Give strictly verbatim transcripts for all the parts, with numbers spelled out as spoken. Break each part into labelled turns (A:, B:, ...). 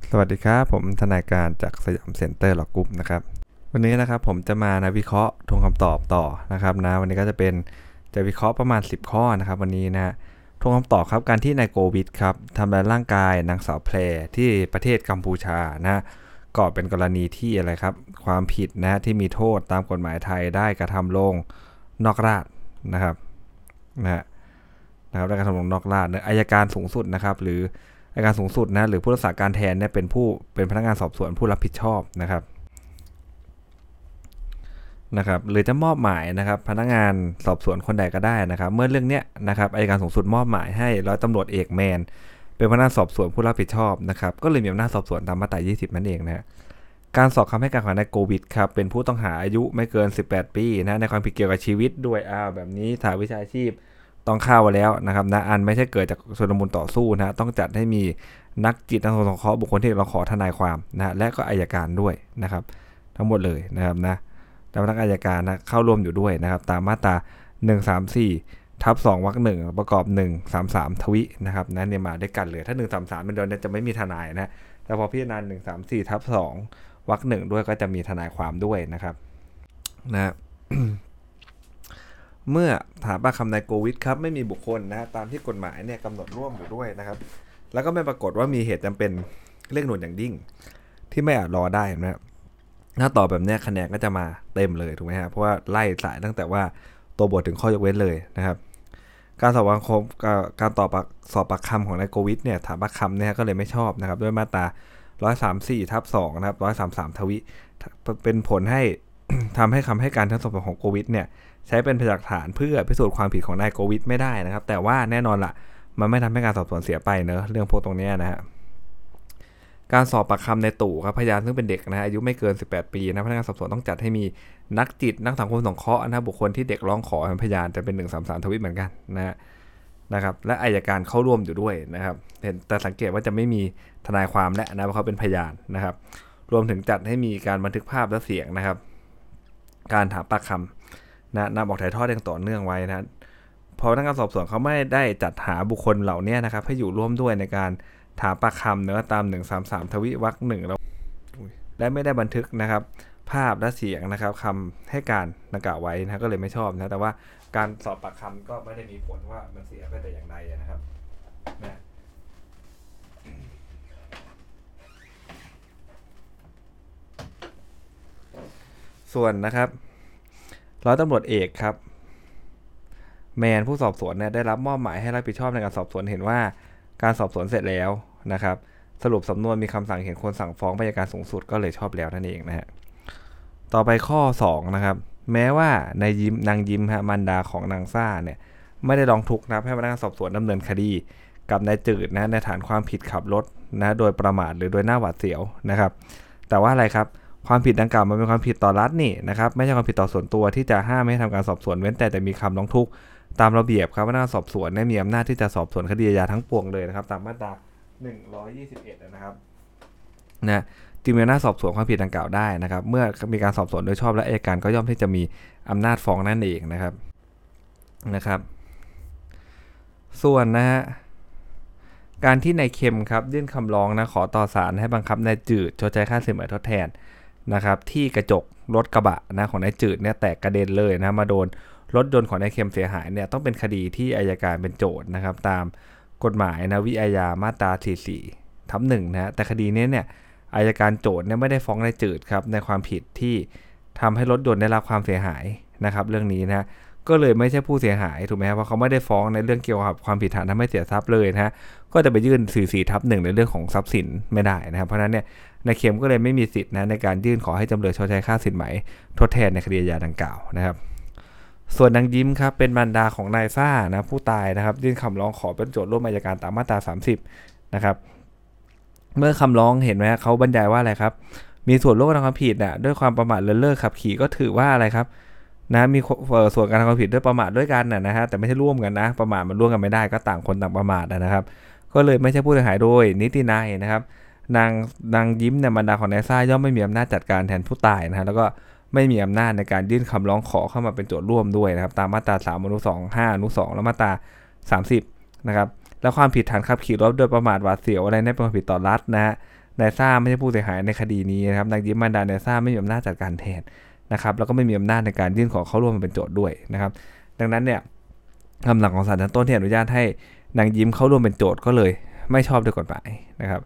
A: สวัสดีครับผมทนายการจากสยามเซ็นเตอร์หลอกกรุ๊ปนะครับวันนี้นะครับผมจะมานะวิเคราะห์ทวงคำตอบต่อนะครับนะวันนี้ก็จะเป็นจะวิเคราะห์ประมาณสิบข้อนะครับวันนี้นะทวงคำตอบครับการที่นายโกวิดครับทำร้ายร่างกายนางสาวแพรที่ประเทศกัมพูชานะก็เป็นกรณีที่อะไรครับความผิดนะที่มีโทษตามกฎหมายไทยได้กระทำลงนอกราชนะครับนะนะครับได้กระทำลงนอกราชนะอัยการสูงสุดนะครับหรืออัยการสูงสุดนะหรือผู้รักษาการแทนเนี่ยเป็นผู้เป็นพนักงานสอบสวนผู้รับผิดชอบนะครับนะครับหรือจะมอบหมายนะครับพนักงานสอบสวนคนใดก็ได้นะครับเมื่อเรื่องเนี้ยนะครับอัยการสูงสุดมอบหมายให้ร้อยตำรวจเอกแมนเป็นพนักงานสอบสวนผู้รับผิดชอบนะครับก็เลยมีอำนาจสอบสวนตามมาตรายี่สิบนั่นเองนะการสอบคำให้การของนายโกวิดครับเป็นผู้ต้องหาอายุไม่เกินสิบแปดปีนะในความผิดเกี่ยวกับชีวิตด้วยอ้าวแบบนี้สาวิชาชีพต้องเข้าแล้วนะครับนะอันไม่ใช่เกิดจากชนมุนต่อสู้นะต้องจัดให้มีนักจิตนักสงเคราะห์บุคคลที่เราขอทนายความนะและก็อัยการด้วยนะครับทั้งหมดเลยนะครับนะเจ้าพนักงานอัยการนะเข้าร่วมอยู่ด้วยนะครับตามมาตราหนึ่งสามสี่ทับสองวรรคหนึ่งประกอบหนึ่งสามสามทวินะครับนั่นเนี่ยมาด้วยกันเลยถ้าหนึ่งสามสามเป็นเดือนจะไม่มีทนายนะแต่พอพิจารณาหนึ่งสามสี่ทับสองวรรคหนึ่งด้วยก็จะมีทนายความด้วยนะครับนะ เมื่อถามปากคำนายโกวิดครับไม่มีบุคคลนะตามที่กฎหมายเนี่ยกำหนดร่วมอยู่ด้วยนะครับแล้วก็ไม่ปรากฏว่ามีเหตุจำเป็นเร่งด่วนอย่างยิ่งที่ไม่อาจรอได้นะครับถ้าตอบแบบนี้คะแนนก็จะมาเต็มเลยถูกไหมฮะเพราะว่าไล่สายตั้งแต่ว่าตัวบทถึงข้อยกเว้นเลยนะครับการสอบปากคำการตอบสอบปากคำของนายโกวิดเนี่ยถามปากคำเนี่ยก็เลยไม่ชอบนะครับด้วยมาตราหนึ่งร้อยสามสิบสี่ทับสองนะครับหนึ่งร้อยสามสิบสามทวิเป็นผลให้ ทำให้คำให้การทั้งสองของโกวิดเนี่ยใช้เป็นพยานหลักฐานเพื่อพิสูจน์ความผิดของนายโกวิดไม่ได้นะครับแต่ว่าแน่นอนละมันไม่ทำให้การสอบสวนเสียไปเนอะเรื่องพวกตรงนี้นะฮะการสอบปากคำในตู่ครับพยานซึ่งเป็นเด็กนะอายุไม่เกินสิบแปดปีนะพนักงานสอบสวนต้องจัดให้มีนักจิตนักสังคมสงเคราะห์นะบุคคลที่เด็กร้องขอเป็นพยานจะเป็นหนึ่งสามสามทวิเหมือนกันนะนะครับและอัยการเข้าร่วมอยู่ด้วยนะครับเห็นแต่สังเกตว่าจะไม่มีทนายความและนะเพราะเขาเป็นพยานนะครับรวมถึงจัดให้มีการบันทึกภาพและเสียงนะครับการถามปากคำนะนำออกถ่ายทอดอย่างต่อเนื่องไว้นะพอพนักงานสอบสวนเขาไม่ได้จัดหาบุคคลเหล่านี้นะครับให้อยู่ร่วมด้วยในการถามปากคำเนื้อตามหนึ่งสามสามทวิวรรคหนึ่งแล้วและไม่ได้บันทึกนะครับภาพและเสียงนะครับคำให้การดังกล่าวไว้นะก็เลยไม่ชอบนะแต่ว่าการสอบปากคำก็ไม่ได้มีผลว่ามันเสียไปแต่อย่างใดนะครับนะส่วนนะครับร้อยตำรวจเอกครับแมนผู้สอบสวนเนี่ยได้รับมอบหมายให้รับผิดชอบในการสอบสวนเห็นว่าการสอบสวนเสร็จแล้วนะครับสรุปสำนวนมีคำสั่งเห็นควรสั่งฟ้องไปยังการสูงสุดก็เลยชอบแล้วนั่นเองนะฮะต่อไปข้อสองนะครับแม้ว่านายยิ้มนางยิ้มฮะมารดาของนางซ่าเนี่ยไม่ได้ร้องทุกข์นะให้พนักงานสอบสวนดำเนินคดีกับนายจืดนะในฐานความผิดขับรถนะโดยประมาทหรือโดยหน้าหวาดเสียวนะครับแต่ว่าอะไรครับความผิดดังกล่าวมันเป็นความผิดต่อรัฐนี่นะครับไม่ใช่ความผิดต่อส่วนตัวที่จะห้ามไม่ให้ทำการสอบสวนเว้นแต่จะมีคำร้องทุกข์ตามระเบียบครับพนักงานสอบสวนมีอำนาจที่จะสอบสวนคดีอาญาทั้งปวงเลยนะครับตามมาตราหนึ่งร้อยยี่สิบเอ็ดนะครับนะจึงมีอำนาจสอบสวนความผิดดังกล่าวได้นะครับเมื่อมีการสอบสวนโดยชอบและอัยการก็ย่อมที่จะมีอำนาจฟ้องนั่นเองนะครับนะครับส่วนนะฮะการที่นายเค็มครับยื่นคำร้องนะขอต่อศาลให้บังคับนายจืดชดใช้ค่าสินไหมทดแทนนะครับที่กระจกรถกระบะนะของนายจืดเนี่ยแตกกระเด็นเลยนะมาโดนรถยนต์ของนายเค็มเสียหายเนี่ยต้องเป็นคดีที่อัยการเป็นโจทย์นะครับตามกฎหมายนะวิอาญามาตราสี่สิบสี่ทับหนึ่งนะแต่คดีนี้เนี่ยอัยการโจทย์เนี่ยไม่ได้ฟ้องนายจืดครับในความผิดที่ทำให้รถยนต์ได้รับความเสียหายนะครับเรื่องนี้นะก็เลยไม่ใช่ผู้เสียหายถูกไหมครับเพราะเขาไม่ได้ฟ้องในเรื่องเกี่ยวกับความผิดฐานทำให้เสียทรัพย์เลยนะฮะก็จะไปยื่นสี่สิบสี่ทับหนึ่งในเรื่องของทรัพย์สินไม่ได้นะครับเพราะนั้นเนี่ยนายเค็มก็เลยไม่มีสิทธินะในการยื่นขอให้จำเลยชดใช้ค่าสินไหมทดแทนในคดีอาญาดังกล่าวนะครับส่วนนางยิ้มครับเป็นมารดาของนายซ่านะผู้ตายนะครับยื่นคำร้องขอเป็นโจทย์ร่วมอัยการตามมาตราสามสิบนะครับเมื่อคำร้องเห็นไหมเขาบรรยายว่าอะไรครับมีส่วนร่วมในความผิดน่ะด้วยความประมาทเลินเล่อขับขี่ก็ถือว่าอะไรครับนะมีส่วนการทำความผิดด้วยประมาทด้วยกันนะนะฮะแต่ไม่ใช่ร่วมกันนะประมาทมันร่วมกันไม่ได้ก็ต่างคนต่างประมาทนะครับก็เลยไม่ใช่ผู้เสียหายโดยนิตินัยนะครับนางนางยิ้มเนี่ยมารดาของนายซ่าย่อมไม่มีอำนาจจัดการแทนผู้ตายนะฮะแล้วก็ไม่มีอำนาจในการยื่นคำร้องขอเข้ามาเป็นโจทย์ร่วมด้วยนะครับตามมาตราสามอนุสองห้าอนุสองและมาตราสามสิบนะครับแล้วความผิดฐานขับขี่รถโดยประมาทหวาดเสียวอะไรนี่เป็นความผิดต่อรัฐนะฮะนายซ่าไม่ใช่ผู้เสียหายในคดีนี้นะครับนางยิ้มมารดานายซ่าไม่มีอำนาจจัดการแทนนะครับแล้วก็ไม่มีอำนาจในการยื่นขอเข้าร่วมเป็นโจทย์ด้วยนะครับดังนั้นเนี่ยคำสั่งของศาลชั้นต้นที่อนุญาตให้นางยิ้มเข้าร่วมเป็นโจทย์ก็เลยไม่ชอบด้วยกฎหมายนะครับ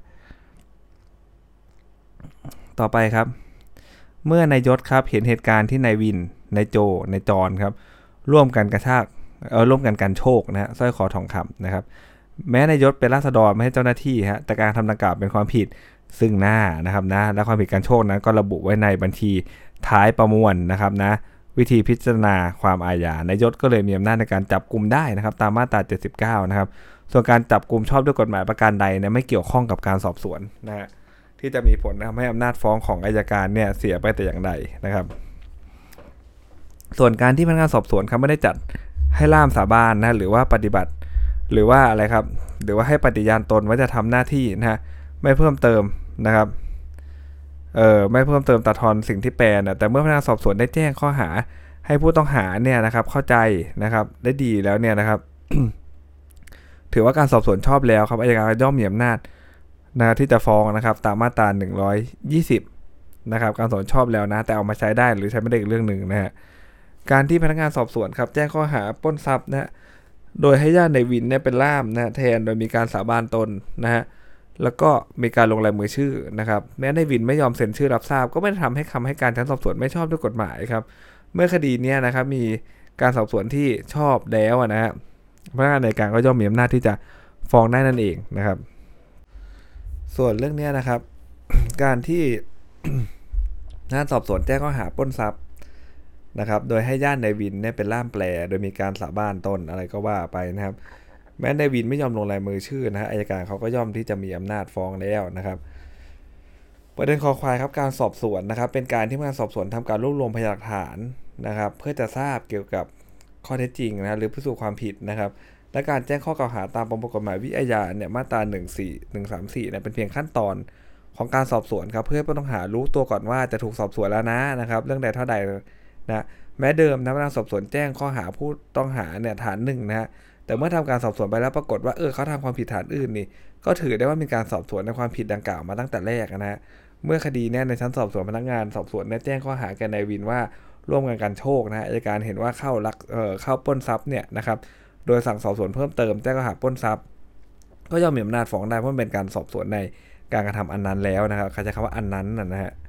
A: ต่อไปครับเมื่อนายยศครับเห็นเหตุการณ์ที่นายวินนายโจนายจอนครับร่วมกันกระชากเออร่วมกันกันโชคนะฮะสร้อยคอทองคำนะครับแม้นายยศเป็นราษฎรไม่ใช่เจ้าหน้าที่ฮะแต่การทำดังกล่าวเป็นความผิดซึ่งหน้านะครับนะและความผิดการโชคนั้นก็ระบุไว้ในบัญชีท้ายประมวลนะครับนะวิธีพิจารณาความอาญานายยศก็เลยมีอำนาจในการจับกุมได้นะครับตามมาตราเจ็ดสิบเก้านะครับส่วนการจับกุมชอบด้วยกฎหมายประการใดเนี่ยไม่เกี่ยวข้องกับการสอบสวนนะฮะที่จะมีผลทำให้อำนาจฟ้องของอัยการเนี่ยเสียไปแต่อย่างใดนะครับส่วนการที่พนักงานสอบสวนครับไม่ได้จัดให้ล่ามสาบานนะหรือว่าปฏิบัติหรือว่าอะไรครับหรือว่าให้ปฏิญาณตนว่าจะทำหน้าที่นะฮะไม่เพิ่มเติมนะครับเออไม่เพิ่มเติมตัดทอนสิ่งที่แปลนะแต่เมื่อพนักงานสอบสวนได้แจ้งข้อหาให้ผู้ต้องหาเนี่ยนะครับเข้าใจนะครับได้ดีแล้วเนี่ยนะครับ ถือว่าการสอบสวนชอบแล้วครับอัยการย่อมมีอำนาจนะที่จะฟ้องนะครับตามมาตราหนึ่งร้อยยี่สิบนะครับการสอบสวนชอบแล้วนะแต่เอามาใช้ได้หรือใช้ไม่ได้อีกเรื่องนึงนะฮะการที่พนักงานสอบสวนครับแจ้งข้อหาปล้นทรัพย์นะโดยให้ญาติในวินเนี่ยเป็นล่ามนะแทนโดยมีการสาบานตนนะฮะแล้วก็มีการลงลายมือชื่อนะครับแม้ในวินไม่ยอมเซ็นชื่อรับทราบก็ไม่ได้ทำให้คำให้การชั้นสอบสวนไม่ชอบด้วยกฎหมายครับเมื่อคดีนี้นะครับมีการสอบสวนที่ชอบแล้วนะฮะพนักงานอัยการก็ย่อมมีอำนาจที่จะฟ้องได้นั่นเองนะครับส่วนเรื่องนี้นะครับ การที่พนักงานสอบสวนแจ้งข้อหาปล้นทรัพย์นะครับโดยให้ญาติในวินเนี่ยเป็นล่ามแปลโดยมีการสาบานตนอะไรก็ว่าไปนะครับแม้ในวินไม่ยอมลงลายมือชื่อนะฮะอัยการเขาก็ย่อมที่จะมีอำนาจฟ้องแล้วนะครับประเด็นคอควายครับการสอบสวนนะครับเป็นการที่พนักงานสอบสวนทำการรวบรวมพยานหลักฐานนะครับเพื่อจะทราบเกี่ยวกับข้อเท็จจริงนะหรือพิสูจน์ความผิดนะครับและการแจ้งข้อกล่าวหาตามประมวลกฎหมายวิทยาเนี่ยมาตราหนึ่งสี่ หนึ่งสามสี่เนี่ยเป็นเพียงขั้นตอนของการสอบสวนครับเพื่อให้ผู้ต้องหารู้ตัวก่อนว่าจะถูกสอบสวนแล้วนะนะครับเรื่องใดเท่าใดนะแม้เดิมนะพนักงานสอบสวนแจ้งข้อหาผู้ต้องหาเนี่ยฐานหนึ่งนะฮะแต่เมื่อทำการสอบสวนไปแล้วปรากฏว่าเออเขาทำความผิดฐานอื่นนี่ก็ถือได้ว่ามีการสอบสวนในความผิดดังกล่าวมาตั้งแต่แรกนะฮะเมื่อคดีเนี่ยในชั้นสอบสวนพนักงานสอบสวนได้แจ้งข้อหาแก่นายวินว่าร่วมกันกันโชคนะฮะอัยการเห็นว่าเข้าลักเอ่อเข้าปล้นทรัพย์เนี่ยนะครับโดยสั่งสอบสวนเพิ่มเติมแจ้งข้อหาปล้นทรัพย์ก็ย่อมมีอำนาจฟ้องได้เพราะมันเป็นการสอบสวนในการกระทำอันนั้นแล้วนะครับใครจะคำว่าอันนั้นนะฮะ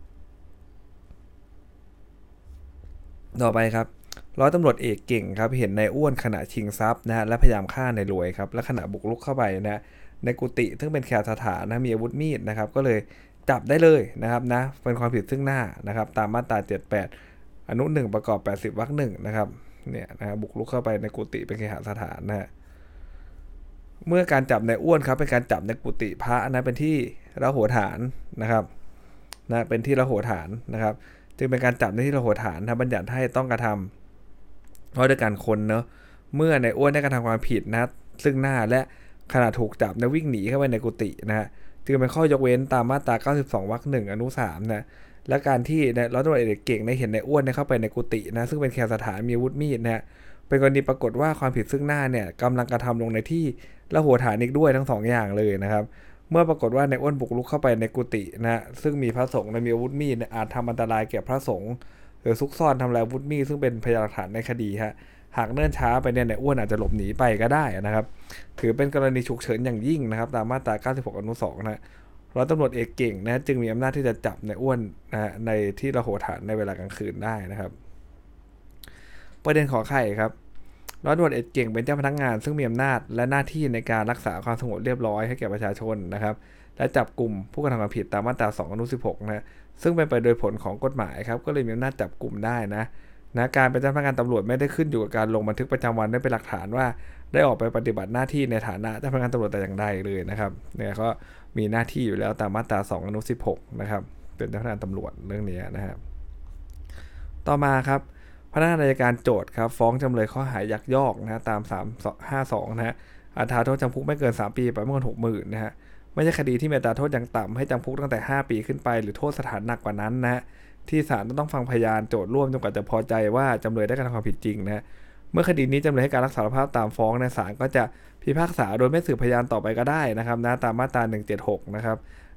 A: ต่อไปครับร้อยตำรวจเอกเก่งครับเห็นนายอ้วนขณะชิงทรัพย์นะฮะและพยายามฆ่านายรวยครับและขณะบุกรุกเข้าไปนะในกุฏิซึ่งเป็นแคร์สถานนะมีอาวุธมีดนะครับก็เลยจับได้เลยนะครับนะเป็นความผิดซึ่งหน้านะครับตามมาตราเจ็ดสิบแปดอนุหนึ่งประกอบแปดสิบวรรคหนึ่งนะครับเนี่ยนะครับบุกรุกเข้าไปในกุฏิเป็นแคร์สถานนะฮะเมื่อการจับนายอ้วนครับเป็นการจับในกุฏิพระนะเป็นที่ระโหฐานนะครับนะเป็นที่ระโหฐานนะครับจึงเป็นการจับในที่ระโหฐานนะบัญญัติให้ต้องกระทำเพราะด้วยการคนเนอะเมื่อในอ้วนได้กระทำความผิดนะซึ่งหน้าและขณะถูกจับในวิ่งหนีเข้าไปในกุฏินะฮะจึงเป็นข้อยกเว้นตามมาตราเก้าสิบสองวรรคหนึ่งอนุสามนะและการที่ร้อยตำรวจเอกเก่งได้เห็นในอ้วนได้เข้าไปในกุฏินะซึ่งเป็นแคร์สถานมีอาวุธมีดนะฮะเป็นกรณีปรากฏว่าความผิดซึ่งหน้าเนี่ยกำลังกระทำลงในที่ละหัวฐานอีกด้วยทั้งสองอย่างเลยนะครับเมื่อปรากฏว่าในอ้วนบุกรุกเข้าไปในกุฏินะซึ่งมีพระสงฆ์และมีอาวุธมีดอาจทำอันตรายแก่พระสงฆ์หรือซุกซ่อนทำลายอาวุธมีดซึ่งเป็นพยานหลักฐานในคดีฮะหากเนิ่นช้าไปเนี่ยในอ้วนอาจจะหลบหนีไปก็ได้นะครับถือเป็นกรณีฉุกเฉินอย่างยิ่งนะครับตามมาตราเก้าสิบหกอนุสองนะร้อยตำรวจเอกเก่งนะจึงมีอำนาจที่จะจับในอ้วนนะในที่ระโหฐานในเวลากลางคืนได้นะครับประเด็นขอไข่ครับร้อยตำรวจเอกเก่งเป็นเจ้าพนักงานซึ่งมีอำนาจและหน้าที่ในการรักษาความสงบเรียบร้อยให้แก่ประชาชนนะครับและจับกลุ่มผู้กระทำความผิดตามมาตราสองอนุสิบหกนะซึ่งเป็นไปโดยผลของกฎหมายครับก็เลยมีอำนาจจับกลุ่มได้นะนะการเป็นเจ้าพนักงานตำรวจไม่ได้ขึ้นอยู่กับการลงบันทึกประจำวันได้เป็นหลักฐานว่าได้ออกไปปฏิบัติหน้าที่ในฐานะเจ้าพนักงานตำรวจแต่อย่างใดเลยนะครับเนี่ยก็มีหน้าที่อยู่แล้วตามมาตราสองอนุสิบหกนะครับเป็นเจ้าพนักงานตำรวจเรื่องนี้นะครับต่อมาครับพนักงานอัยการโจทก์ครับฟ้องจำเลยข้อหายักยอกนะตามสามห้าสองนะฮะอัตราโทษจำคุกไม่เกินสามปีปรับไม่เกินหกหมื่นนะฮะไม่ใช่คดีที่มีอัตราโทษอย่างต่ำให้จำคุกตั้งแต่ห้าปีขึ้นไปหรือโทษสถานหนักกว่านั้นนะที่ศาลต้องฟังพยานโจทก์ร่วมจนกว่าจะพอใจว่าจำเลยได้กระทำความผิดจริงนะเมื่อคดีนี้จำเลยให้การรับสารภาพตามฟ้องในศาลก็จะพิพากษาโดยไม่สืบพยานต่อไปก็ได้นะครับนะตามมาตราหนึ่งเจ็ดหกนะครับ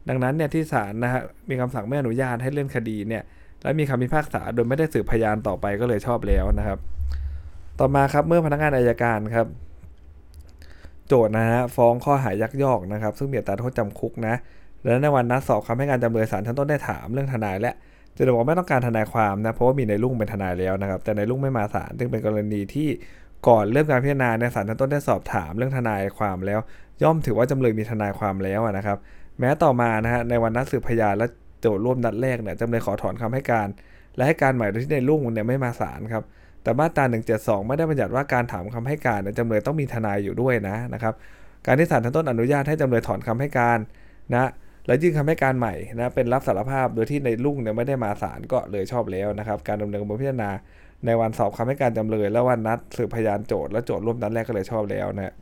A: ดังนั้นเนี่ยที่ศาลนะฮะมีคำสั่งไม่อนุญาตให้เลื่อนคดีเนี่ยและมีคำพิพากษาโดยไม่ได้สืบพยานต่อไปก็เลยชอบแล้วนะครับต่อมาครับเมื่อพนักงานอัยการครับโจทก์นะฮะฟ้องข้อหายักยอกนะครับซึ่งมีอัตราโทษจำคุกนะและในวันนัดสอบคำให้การจำเลยศาลชั้นต้นได้ถามเรื่องทนายและจำเลยบอกไม่ต้องการทนายความนะเพราะว่ามีนายรุ่งเป็นทนายแล้วนะครับแต่นายรุ่งไม่มาศาลจึงเป็นกรณีที่ก่อนเริ่มการพิจารณาในศาลชั้นต้นได้สอบถามเรื่องทนายความแล้วย่อมถือว่าจำเลยมีทนายความแล้วนะครับแม้ต่อมานะฮะในวันนัดสืบพยานและโจทก์ร่วมนัดแรกเนี่ยจำเลยขอถอนคำให้การและให้การใหม่โดยที่นายรุ่งเนี่ยไม่มาศาลครับแต่มาตราหนึ่งเจ็ดสองไม่ได้บัญญัติว่าการถามคำให้การจำเลยต้องมีทนายอยู่ด้วยนะนะครับการที่ศาลชั้นต้นอนุญาตให้จำเลยถอนคำให้การนะและยื่นคำให้การใหม่นะเป็นรับสารภาพโดยที่ในรุ่งเนี่ยไม่ได้มาศาลก็เลยชอบแล้วนะครับการดำเนินกระบวนการพิจารณาในวันสอบคำให้การจำเลยและวันนัดสืบพยานโจทก์และโจทก์ร่วมนัดแรกก็เลยชอบแล้วนะ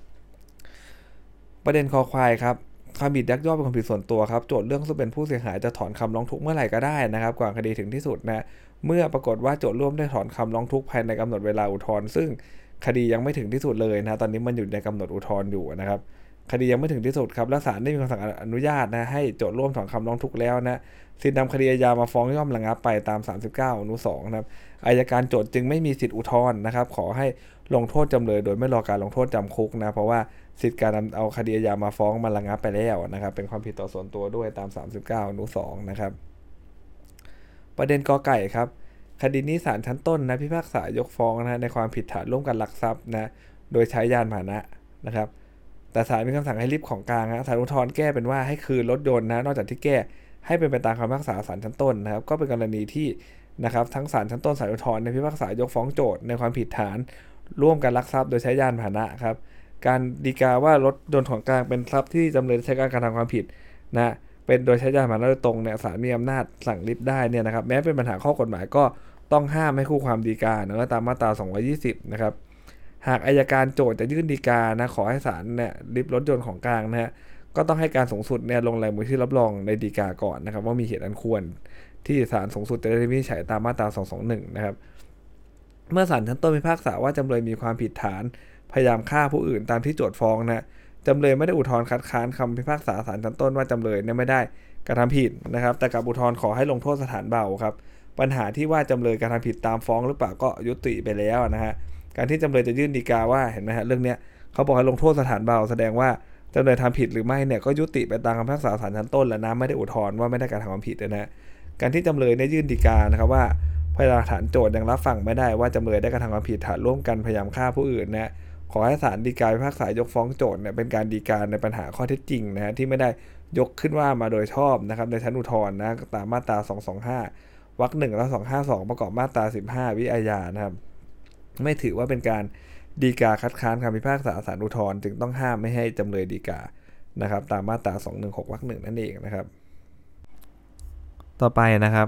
A: ประเด็นคอควายครับความผิดยักยอกเป็นความผิดส่วนตัวครับโจทก์เรื่องซึ่งเป็นผู้เสียหายจะถอนคำร้องทุกข์เมื่อไหร่ก็ได้นะครับก่อนคดีถึงที่สุดนะเมื่อปรากฏว่าโจทก์ร่วมได้ถอนคำร้องทุกข์ภายในกำหนดเวลาอุทธรณ์ซึ่งคดียังไม่ถึงที่สุดเลยนะตอนนี้มันอยู่ในกำหนดอุทธรณ์อยู่นะครับคดียังไม่ถึงที่สุดครับและศาลได้มีคำสั่งอนุญาตนะให้โจทก์ร่วมถอนคำร้องทุกข์แล้วนะสิทธินำคดีอาญามาฟ้องย่อมระงับไปตามสามสิบเก้าอนุสองนะครับอัยการโจทก์จึงไม่มีสิทธิอุทธรณ์นะครับขอให้ลงโทษจำเลยโดยไม่รอการลงโทษจำคุกนะเพราะว่าสิทธิการเอาคดีอาญามาฟ้องมันระงับไปแล้วนะครับเป็นความผิดต่อส่วนตัวด้วยตามสามสิบเก้าอนุสองนะครับประเด็นกอไก่ครับคดีนี้ศาลชั้นต้นนะพิพากษายกฟ้องนะในความผิดฐานร่วมกันลักทรัพย์นะโดยใช้ยานพาหนะนะครับแต่ศาลมีคำสั่งให้ริบของกลางนะศาลอุทธรณ์แก้เป็นว่าให้คืนรถยนต์นะนอกจากที่แก้ให้เป็นไปตามคำพิพากษาศาลชั้นต้นนะครับก็เป็นกรณีที่นะครับทั้งศาลชั้นต้นศาลอุทธรณ์ในพิพากษายกฟ้องโจทก์ในความผิดฐานร่วมกันลักทรัพย์โดยใช้ยานพาหนะครับการฎีกาว่ารถยนต์ของกลางเป็นทรัพย์ที่จำเลยใช้การกระทำความผิดนะเป็นโดยใช้ยานพาหนะโดยตรงเนี่ยศาลมีอำนาจสั่งริบได้เนี่ยนะครับแม้เป็นปัญหาข้อกฎหมายก็ต้องห้ามให้คู่ความฎีกานะตามมาตราสองร้อยยี่สิบนะครับหากอัยการโจทก์จะยื่นฎีกานะขอให้ศาลเนี่ยริบรถยนต์ของกลางนะฮะก็ต้องให้การสูงสุดเนี่ยลงลายมือที่รับรองในฎีกาก่อนนะครับว่ามีเหตุอันควรที่ศาลสูงสุดจะได้วินิจฉัยตามมาตราสองร้อยยี่สิบเอ็ดนะครับเมื่อศาลชั้นต้นพิพากษาว่าจำเลยมีความผิดฐานพยายามฆ่าผู้อื่นตามที่โจทก์ฟ้องนะจำเลยไม่ได้อุทธรณ์คัดค้านคำพิพากษาศาลชั้นต้นว่าจำเลยเนี่ยไม่ได้กระทำผิดนะครับแต่กับอุทธรณ์ขอให้ลงโทษสถานเบาครับปัญหาที่ว่าจำเลยกระทำผิดตามฟ้องหรือเปล่าก็ยุติไปแล้วนะฮะการที่จำเลยจะยื่นฎีกาว่าเห็นไหมฮะเรื่องเนี้ยเขาบอกให้ลงโทษสถานเบาแสดงว่าจำเลยทำผิดหรือไม่เนี่ยก็ยุติไปตามคำพิพากษาศาลชั้นต้นแล้วนะไม่ได้อุทธรณ์ว่าไม่ได้กระทำความผิดนะฮะการที่จำเลยเนี่ยยื่นฎีกานะครับว่าพยานหลักฐานโจทก์ยังรับฟังไม่ได้ว่าจำเลยได้กระทำความผิดฐานร่วมกันพยายามฆ่าผู้อื่นนะขอให้ศาลฎีกาพิพากษายกฟ้องโจทก์เนี่ยเป็นการฎีกาในปัญหาข้อเท็จจริงนะฮะที่ไม่ได้ยกขึ้นว่ามาโดยชอบนะครับในชั้นอุทธรณ์นะตามมาตราสองร้อยยี่สิบห้าวรรคหนึ่งและสองร้อยห้าสิบสองประกอบมาตราสิบห้าวิอาญานะครับไม่ถือว่าเป็นการฎีกาคัดค้านคำพิพากษาศาลอุทธรณ์จึงต้องห้ามไม่ให้จำเลยฎีกานะครับตามมาตราสองร้อยสิบหกวรรคหนึ่งนั่นเองนะครับต่อไปนะครับ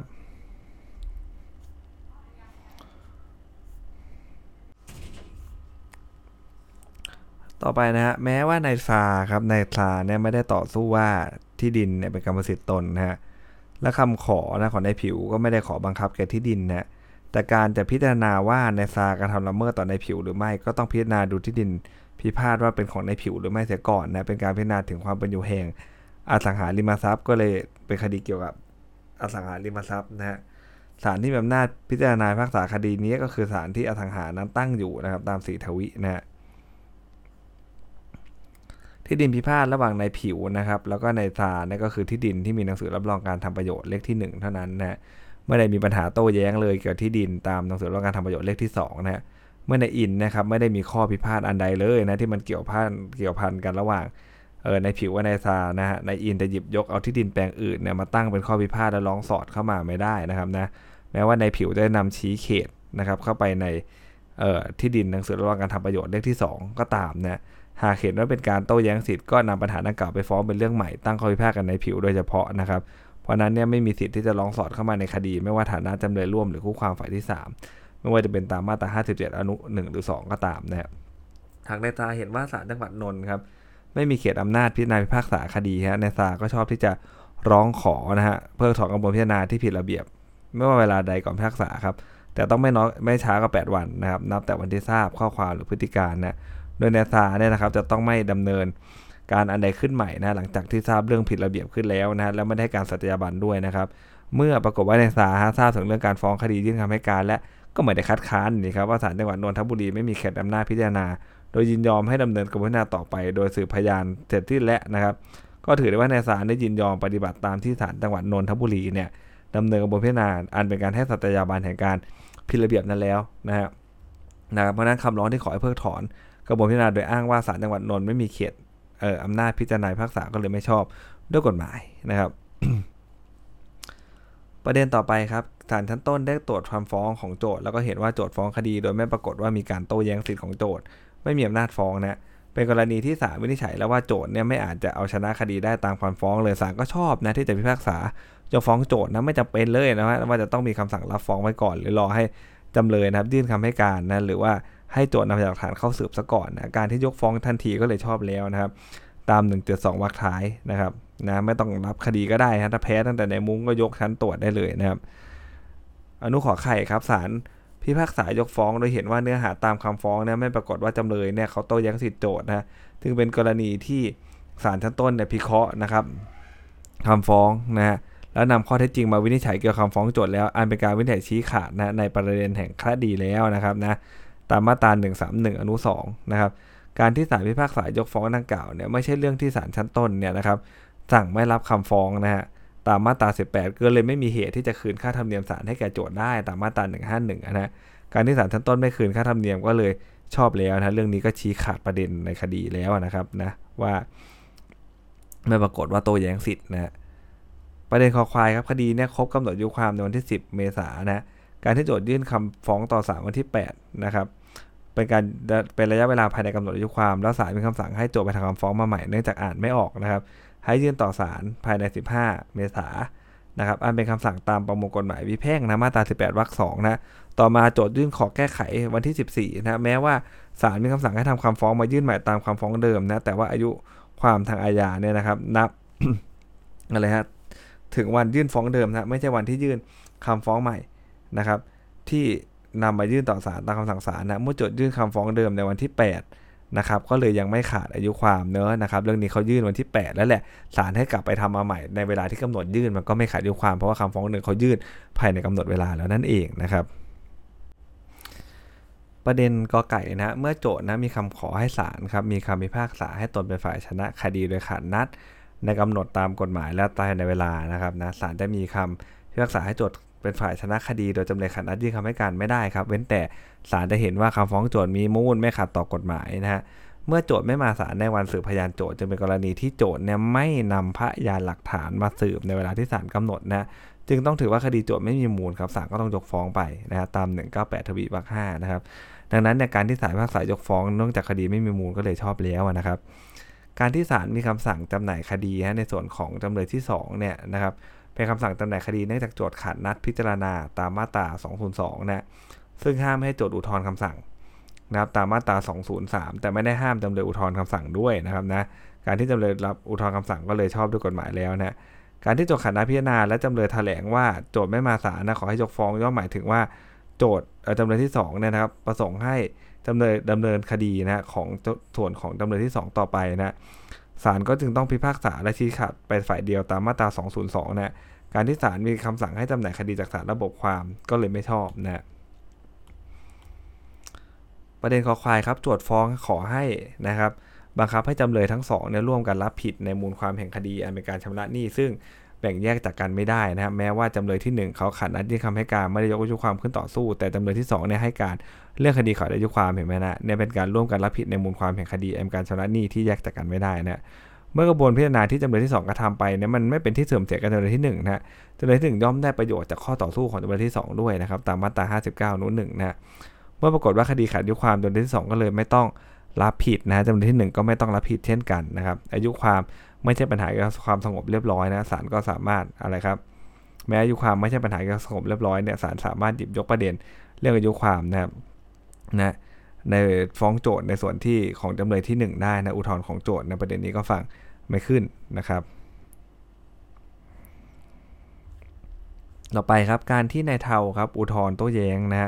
A: ต่อไปนะฮะแม้ว่านายซาครับนายซาเนี่ยไม่ได้ต่อสู้ว่าที่ดินเนี่ยเป็นกรรมสิทธิ์ตนนะฮะและคำขอนะของนายผิวก็ไม่ได้ขอบังคับแก่ที่ดินนะแต่การจะพิจารณาว่านายซากระทำละเมิดต่อนายผิวหรือไม่ก็ต้องพิจารณาดูที่ดินพิพาทว่าเป็นของนายผิวหรือไม่เสียก่อนนะเป็นการพิจารณาถึงความเป็นอยู่แห่งอสังหาริมทรัพย์ก็เลยเป็นคดีเกี่ยวกับอสังหาริมทรัพย์นะฮะศาลที่มีอำนาจพิจารณาพิพากษาคดีนี้ก็คือศาลที่อสังหานั้นตั้งอยู่นะครับตามสีทวินะฮะที่ดินพิพาทระหว่างนายผิวนะครับแล้วก็นายซาเนี่ยก็คือที่ดินที่มีหนังสือรับรองการทำประโยชน์เลขที่หนึ่งเท่านั้นนะไม่ได้มีปัญหาโต้แย้งเลยเกี่ยวกับที่ดินตามหนังสือรับรองการทำประโยชน์เลขที่สองนะฮะเมื่อในอินนะครับไม่ได้มีข้อพิพาทอันใดเลยนะที่มันเกี่ยวพันเกี่ยวพันกันระหว่างเออในผิวกับนายซานะฮะในอินจะหยิบยกเอาที่ดินแปลงอื่นเนี่ยมาตั้งเป็นข้อพิพาทแล้วร้องสอดเข้ามาไม่ได้นะครับนะแม้ว่าในผิวจะนำชี้เขตนะครับเข้าไปในเอ่อที่ดินหนังสือรับรองการทำประโยชน์เลขที่สองก็ตามนะหากเห็นว่าเป็นการโต้แย้งสิทธิ์ก็นำปัญหาดังกล่าวไปฟ้องเป็นเรื่องใหม่ตั้งข้อพิพาทกันในผิวโดยเฉพาะนะครับเพราะนั้นเนี่ยไม่มีสิทธิ์ที่จะร้องสอดเข้ามาในคดีไม่ว่าฐานะจำเลยร่วมหรือคู่ความฝ่ายที่สามไม่ว่าจะเป็นตามมาตราห้าสิบเจ็ดอนุหนึ่งหรือสองก็ตามนะครับหากนายซาเห็นว่าศาลจังหวัดนนท์ครับไม่มีเขตอำนาจพิจารณาพิพากษาคดีฮะนายซาก็ชอบที่จะร้องขอนะฮะเพิกถอนกระบวนพิจารณาที่ผิดระเบียบไม่ว่าเวลาใดก่อนพิพากษาครับแต่ต้องไม่น้อยไม่ช้ากว่าแปดวันนะครับนับแต่วันที่ทราบข้อความหรือพฤติการนะโดยนายซาเนี่ยนะครับจะต้องไม่ดำเนินการอันใดขึ้นใหม่นะหลังจากที่ทราบเรื่องผิดระเบียบขึ้นแล้วนะแล้วไม่ได้การสัตยาบันด้วยนะครับเมื่อปรากฏว่าในศาลทราบถึงเรื่องการฟ้องคดียื่นคำให้การและก็ไม่ได้คัดค้านนี่ครับว่าศาลจังหวัดนนทบุรีไม่มีเขตอำนาจพิจารณาโดยยินยอมให้ดำเนินกระบวนการต่อไปโดยสืบพยานเสร็จสิ้นและนะครับก็ถือได้ว่าในศาลได้ยินยอมปฏิบัติตามที่ศาลจังหวัดนนทบุรีเนี่ยดำเนินกระบวนการพิจารณาอันเป็นการให้สัตยาบันแห่งการผิดระเบียบนั้นแล้วนะฮะนะครับเพราะนั้นคำร้องที่ขอให้เพิกถอนกระบวนการพิจารณาโดยอ้างว่าศาลจังหวัดนนท์ไม่มีเขตเอ่ออำนาจพิจารณาพิพากษาก็เลยไม่ชอบด้วยกฎหมายนะครับ ประเด็นต่อไปครับศาลชั้นต้นได้ตรวจคำฟ้องของโจทก์แล้วก็เห็นว่าโจทก์ฟ้องคดีโดยไม่ปรากฏว่ามีการโต้แย้งสิทธิของโจทก์ไม่มีอำนาจฟ้องนะเป็นกรณีที่ศาลวินิจฉัยแล้วว่าโจทก์เนี่ยไม่อาจจะเอาชนะคดีได้ตามความฟ้องเลยศาลก็ชอบนะที่จะพิพากษาจะฟ้องโจทก์นะไม่จำเป็นเลยนะว่าจะต้องมีคำสั่งรับฟ้องไว้ก่อนหรือรอให้จำเลยนะครับยื่นคำให้การนะหรือว่าให้โจทก์นำพยานหลักฐานเข้าสืบซะก่อนนะการที่ยกฟ้องทันทีก็เลยชอบแล้วนะครับตาม หนึ่งจุดสอง วรรคท้ายนะครับนะไม่ต้องรับคดีก็ได้นะถ้าแพ้ตั้งแต่ในมุ้งก็ยกชั้นตรวจได้เลยนะครับอนุขอไข่ครับศาลพิพากษายกฟ้องโดยเห็นว่าเนื้อหาตามคำฟ้องเนี่ยไม่ปรากฏว่าจำเลยเนี่ยเขาโต้แย้งสิทธิโจทก์นะจึงเป็นกรณีที่ศาลชั้นต้นเนี่ยพิเคราะห์นะครับคำฟ้องนะฮะแล้วนำข้อเท็จจริงมาวินิจฉัยเกี่ยวกับคำฟ้องโจทก์แล้วอันเป็นการวินิจฉัยชี้ขาดนะในประเด็นแห่งคดีแล้วนะครับนะตามมาตราหนึ่งสามหนึ่งอนุสองนะครับการที่ศาลพิพากษายกฟ้องดังกล่าวเนี่ยไม่ใช่เรื่องที่ศาลชั้นต้นเนี่ยนะครับสั่งไม่รับคำฟ้องนะฮะตามมาตราสิบแปดก็เลยไม่มีเหตุที่จะคืนค่าธรรมเนียมศาลให้แก่โจทก์ได้ตามมาตราหนึ่งห้าหนึ่งนะการที่ศาลชั้นต้นไม่คืนค่าธรรมเนียมก็เลยชอบแล้วนะเรื่องนี้ก็ชี้ขาดประเด็นในคดีแล้วนะครับนะว่าไม่ปรากฏว่าโต้แย้งสิทธิ์นะประเด็นคอควายครับคดีเนี่ยครบกำหนดอายุความในวันที่สิบเมษายนนะการที่โจทก์ยื่นคำฟ้องต่อศาลวันที่แปดนะครับเป็นการเป็นระยะเวลาภายในกำหนดอายุความแล้วศาลมีคำสั่งให้โจทก์ไปทำคำฟ้องมาใหม่เนื่องจากอ่านไม่ออกนะครับให้ยื่นต่อศาลภายในสิบห้าเมษายนนะครับอันเป็นคำสั่งตามประมวลกฎหมายวิแพ่งนะมาตราสิบแปดวรรคสองนะต่อมาโจทก์ยื่นขอแก้ไขวันที่สิบสี่นะแม้ว่าศาลมีคำสั่งให้ทำคำฟ้องมายื่นใหม่ตามคำฟ้องเดิมนะแต่ว่าอายุความทางอาญาเนี่ยนะครับนับ อะไรฮะถึงวันยื่นฟ้องเดิมนะไม่ใช่วันที่ยื่นคำฟ้องใหม่นะครับที่นำมายื่นต่อศาลตามคำสั่งศาลนะเมื่อโจทก์ยื่นคำฟ้องเดิมในวันที่แปดนะครับก็เลยยังไม่ขาดอายุความเนอะนะครับเรื่องนี้เขายื่นวันที่แปดแล้วแหละศาลให้กลับไปทำมาใหม่ในเวลาที่กำหนดยื่นมันก็ไม่ขาดอายุความเพราะว่าคำฟ้องหนึ่งเขายื่นภายในกำหนดเวลาแล้วนั่นเองนะครับประเด็นกอไก่นะเมื่อโจทก์นะมีคำขอให้ศาลครับมีคำพิพากษาให้ตนเป็นฝ่ายชนะคดีโดยขาดนัดในกำหนดตามกฎหมายและตายในเวลานะครับนะศาลจะมีคำพิพากษาให้โจทก์เป็นฝ่ายชนะคดีโดยจำเลยขาดนัดยื่นคำให้การไม่ได้ครับเว้นแต่ศาลจะเห็นว่าคำฟ้องโจทก์มีมูลไม่ขัดต่อกฎหมายนะฮะเมื่อโจทก์ไม่มาศาลในวันสืบพยานโจทก์จึงเป็นกรณีที่โจทก์เนี่ยไม่นำพยานหลักฐานมาสืบในเวลาที่ศาลกำหนดนะจึงต้องถือว่าคดีโจทก์ไม่มีมูลครับศาลก็ต้องยกฟ้องไปนะฮะตามหนึ่งเก้าแปดทวีวรรคห้านะครับดังนั้นในการที่ศาลพิพากษายกฟ้องเนื่องจากคดีไม่มีมูลก็เลยชอบแล้วนะครับการที่ศาลมีคำสั่งจำหน่ายคดีในส่วนของจำเลยที่สองเนี่ยนะครับเป็นคำสั่งจำหน่ายคดีเนื่องจากโจทก์ขาดนัดพิจารณาตามมาตราสองศูนย์สองนะซึ่งห้ามให้โจทก์อุทธรณ์คำสั่งนะครับตามมาตราสองศูนย์สามแต่ไม่ได้ห้ามจำเลยอุทธรณ์คำสั่งด้วยนะครับนะการที่จำเลยรับอุทธรณ์คำสั่งก็เลยชอบด้วยกฎหมายแล้วนะการที่โจทก์ขาดนัดพิจารณาและจำเลยแถลงว่าโจทก์ไม่มาศาลนะขอให้ยกฟ้องย่อมหมายถึงว่าโจทก์จำเลยที่สองเนี่ยนะครับประสงค์ให้จำเลยดำเนินคดีนะของส่วนของจำเลยที่สองต่อไปนะศาลก็จึงต้องพิพากษาและชี้ขาดไปฝ่ายเดียวตามมาตราสองศูนย์สองนะการที่ศาลมีคำสั่งให้จำหน่ายคดีจากศาลระบบความก็เลยไม่ชอบนะประเด็นคอควายครับโจทก์ฟ้องขอให้นะครับบังคับให้จำเลยทั้งสองเนี่ยร่วมกันรับผิดในมูลความแห่งคดีอันเป็นการชำระหนี้ซึ่งแบ่งแยกจากกันไม่ได้นะครับแม้ว่าจำเลยที่หนึ่งเขาขัดนัดยื่นคำให้การไม่ได้ยกอายุความขึ้นต่อสู้แต่จำเลยที่สองเนี่ยให้การเรื่องคดีขาดอายุความเห็นไหมนะเนี่ยเป็นการร่วมกันรับผิดในมูลความแห่งคดีอันเป็นการชำระหนี้ที่แยกจากกันไม่ได้นะเมื่อกระบวนพิจารณาที่จำเลยที่สองกระทำไปเนี่ยมันไม่เป็นที่เสื่อมเสียกับจำเลยที่หนึ่งนะจำเลยที่หนึ่งย่อมได้ประโยชน์จากข้อต่อสู้ของจำเลยที่สองด้วยนะครับตามมาตราห้าสิบเก้าอนุหนึ่งนะเมื่อปรากฏว่าคดีขาดอายุความจำเลยที่สองก็เลยไม่ต้องรับผิดนะจำเลยที่หนึ่งก็ไม่ต้องรับผิดเช่นกันนะครับอายุความไม่ใช่ปัญหาเกี่ยวกับความสงบเรียบร้อยนะศาลก็สามารถอะไรครับแม้อายุความไม่ใช่ปัญหาเกี่ยวกับสงบเรียบร้อยเนี่ยศาลสามารถหยิบยกประเด็นเรื่องอายุความนะครับนะในฟ้องโจทก์ในส่วนที่ของจำเลยที่หนึ่งได้นะอุทธรณ์ของโจทก์ในประเด็นนี้ก็ฟังไม่ขึ้นนะครับต่อไปครับการที่นายเทาครับอุทธรณ์โต้แย้งนะฮะ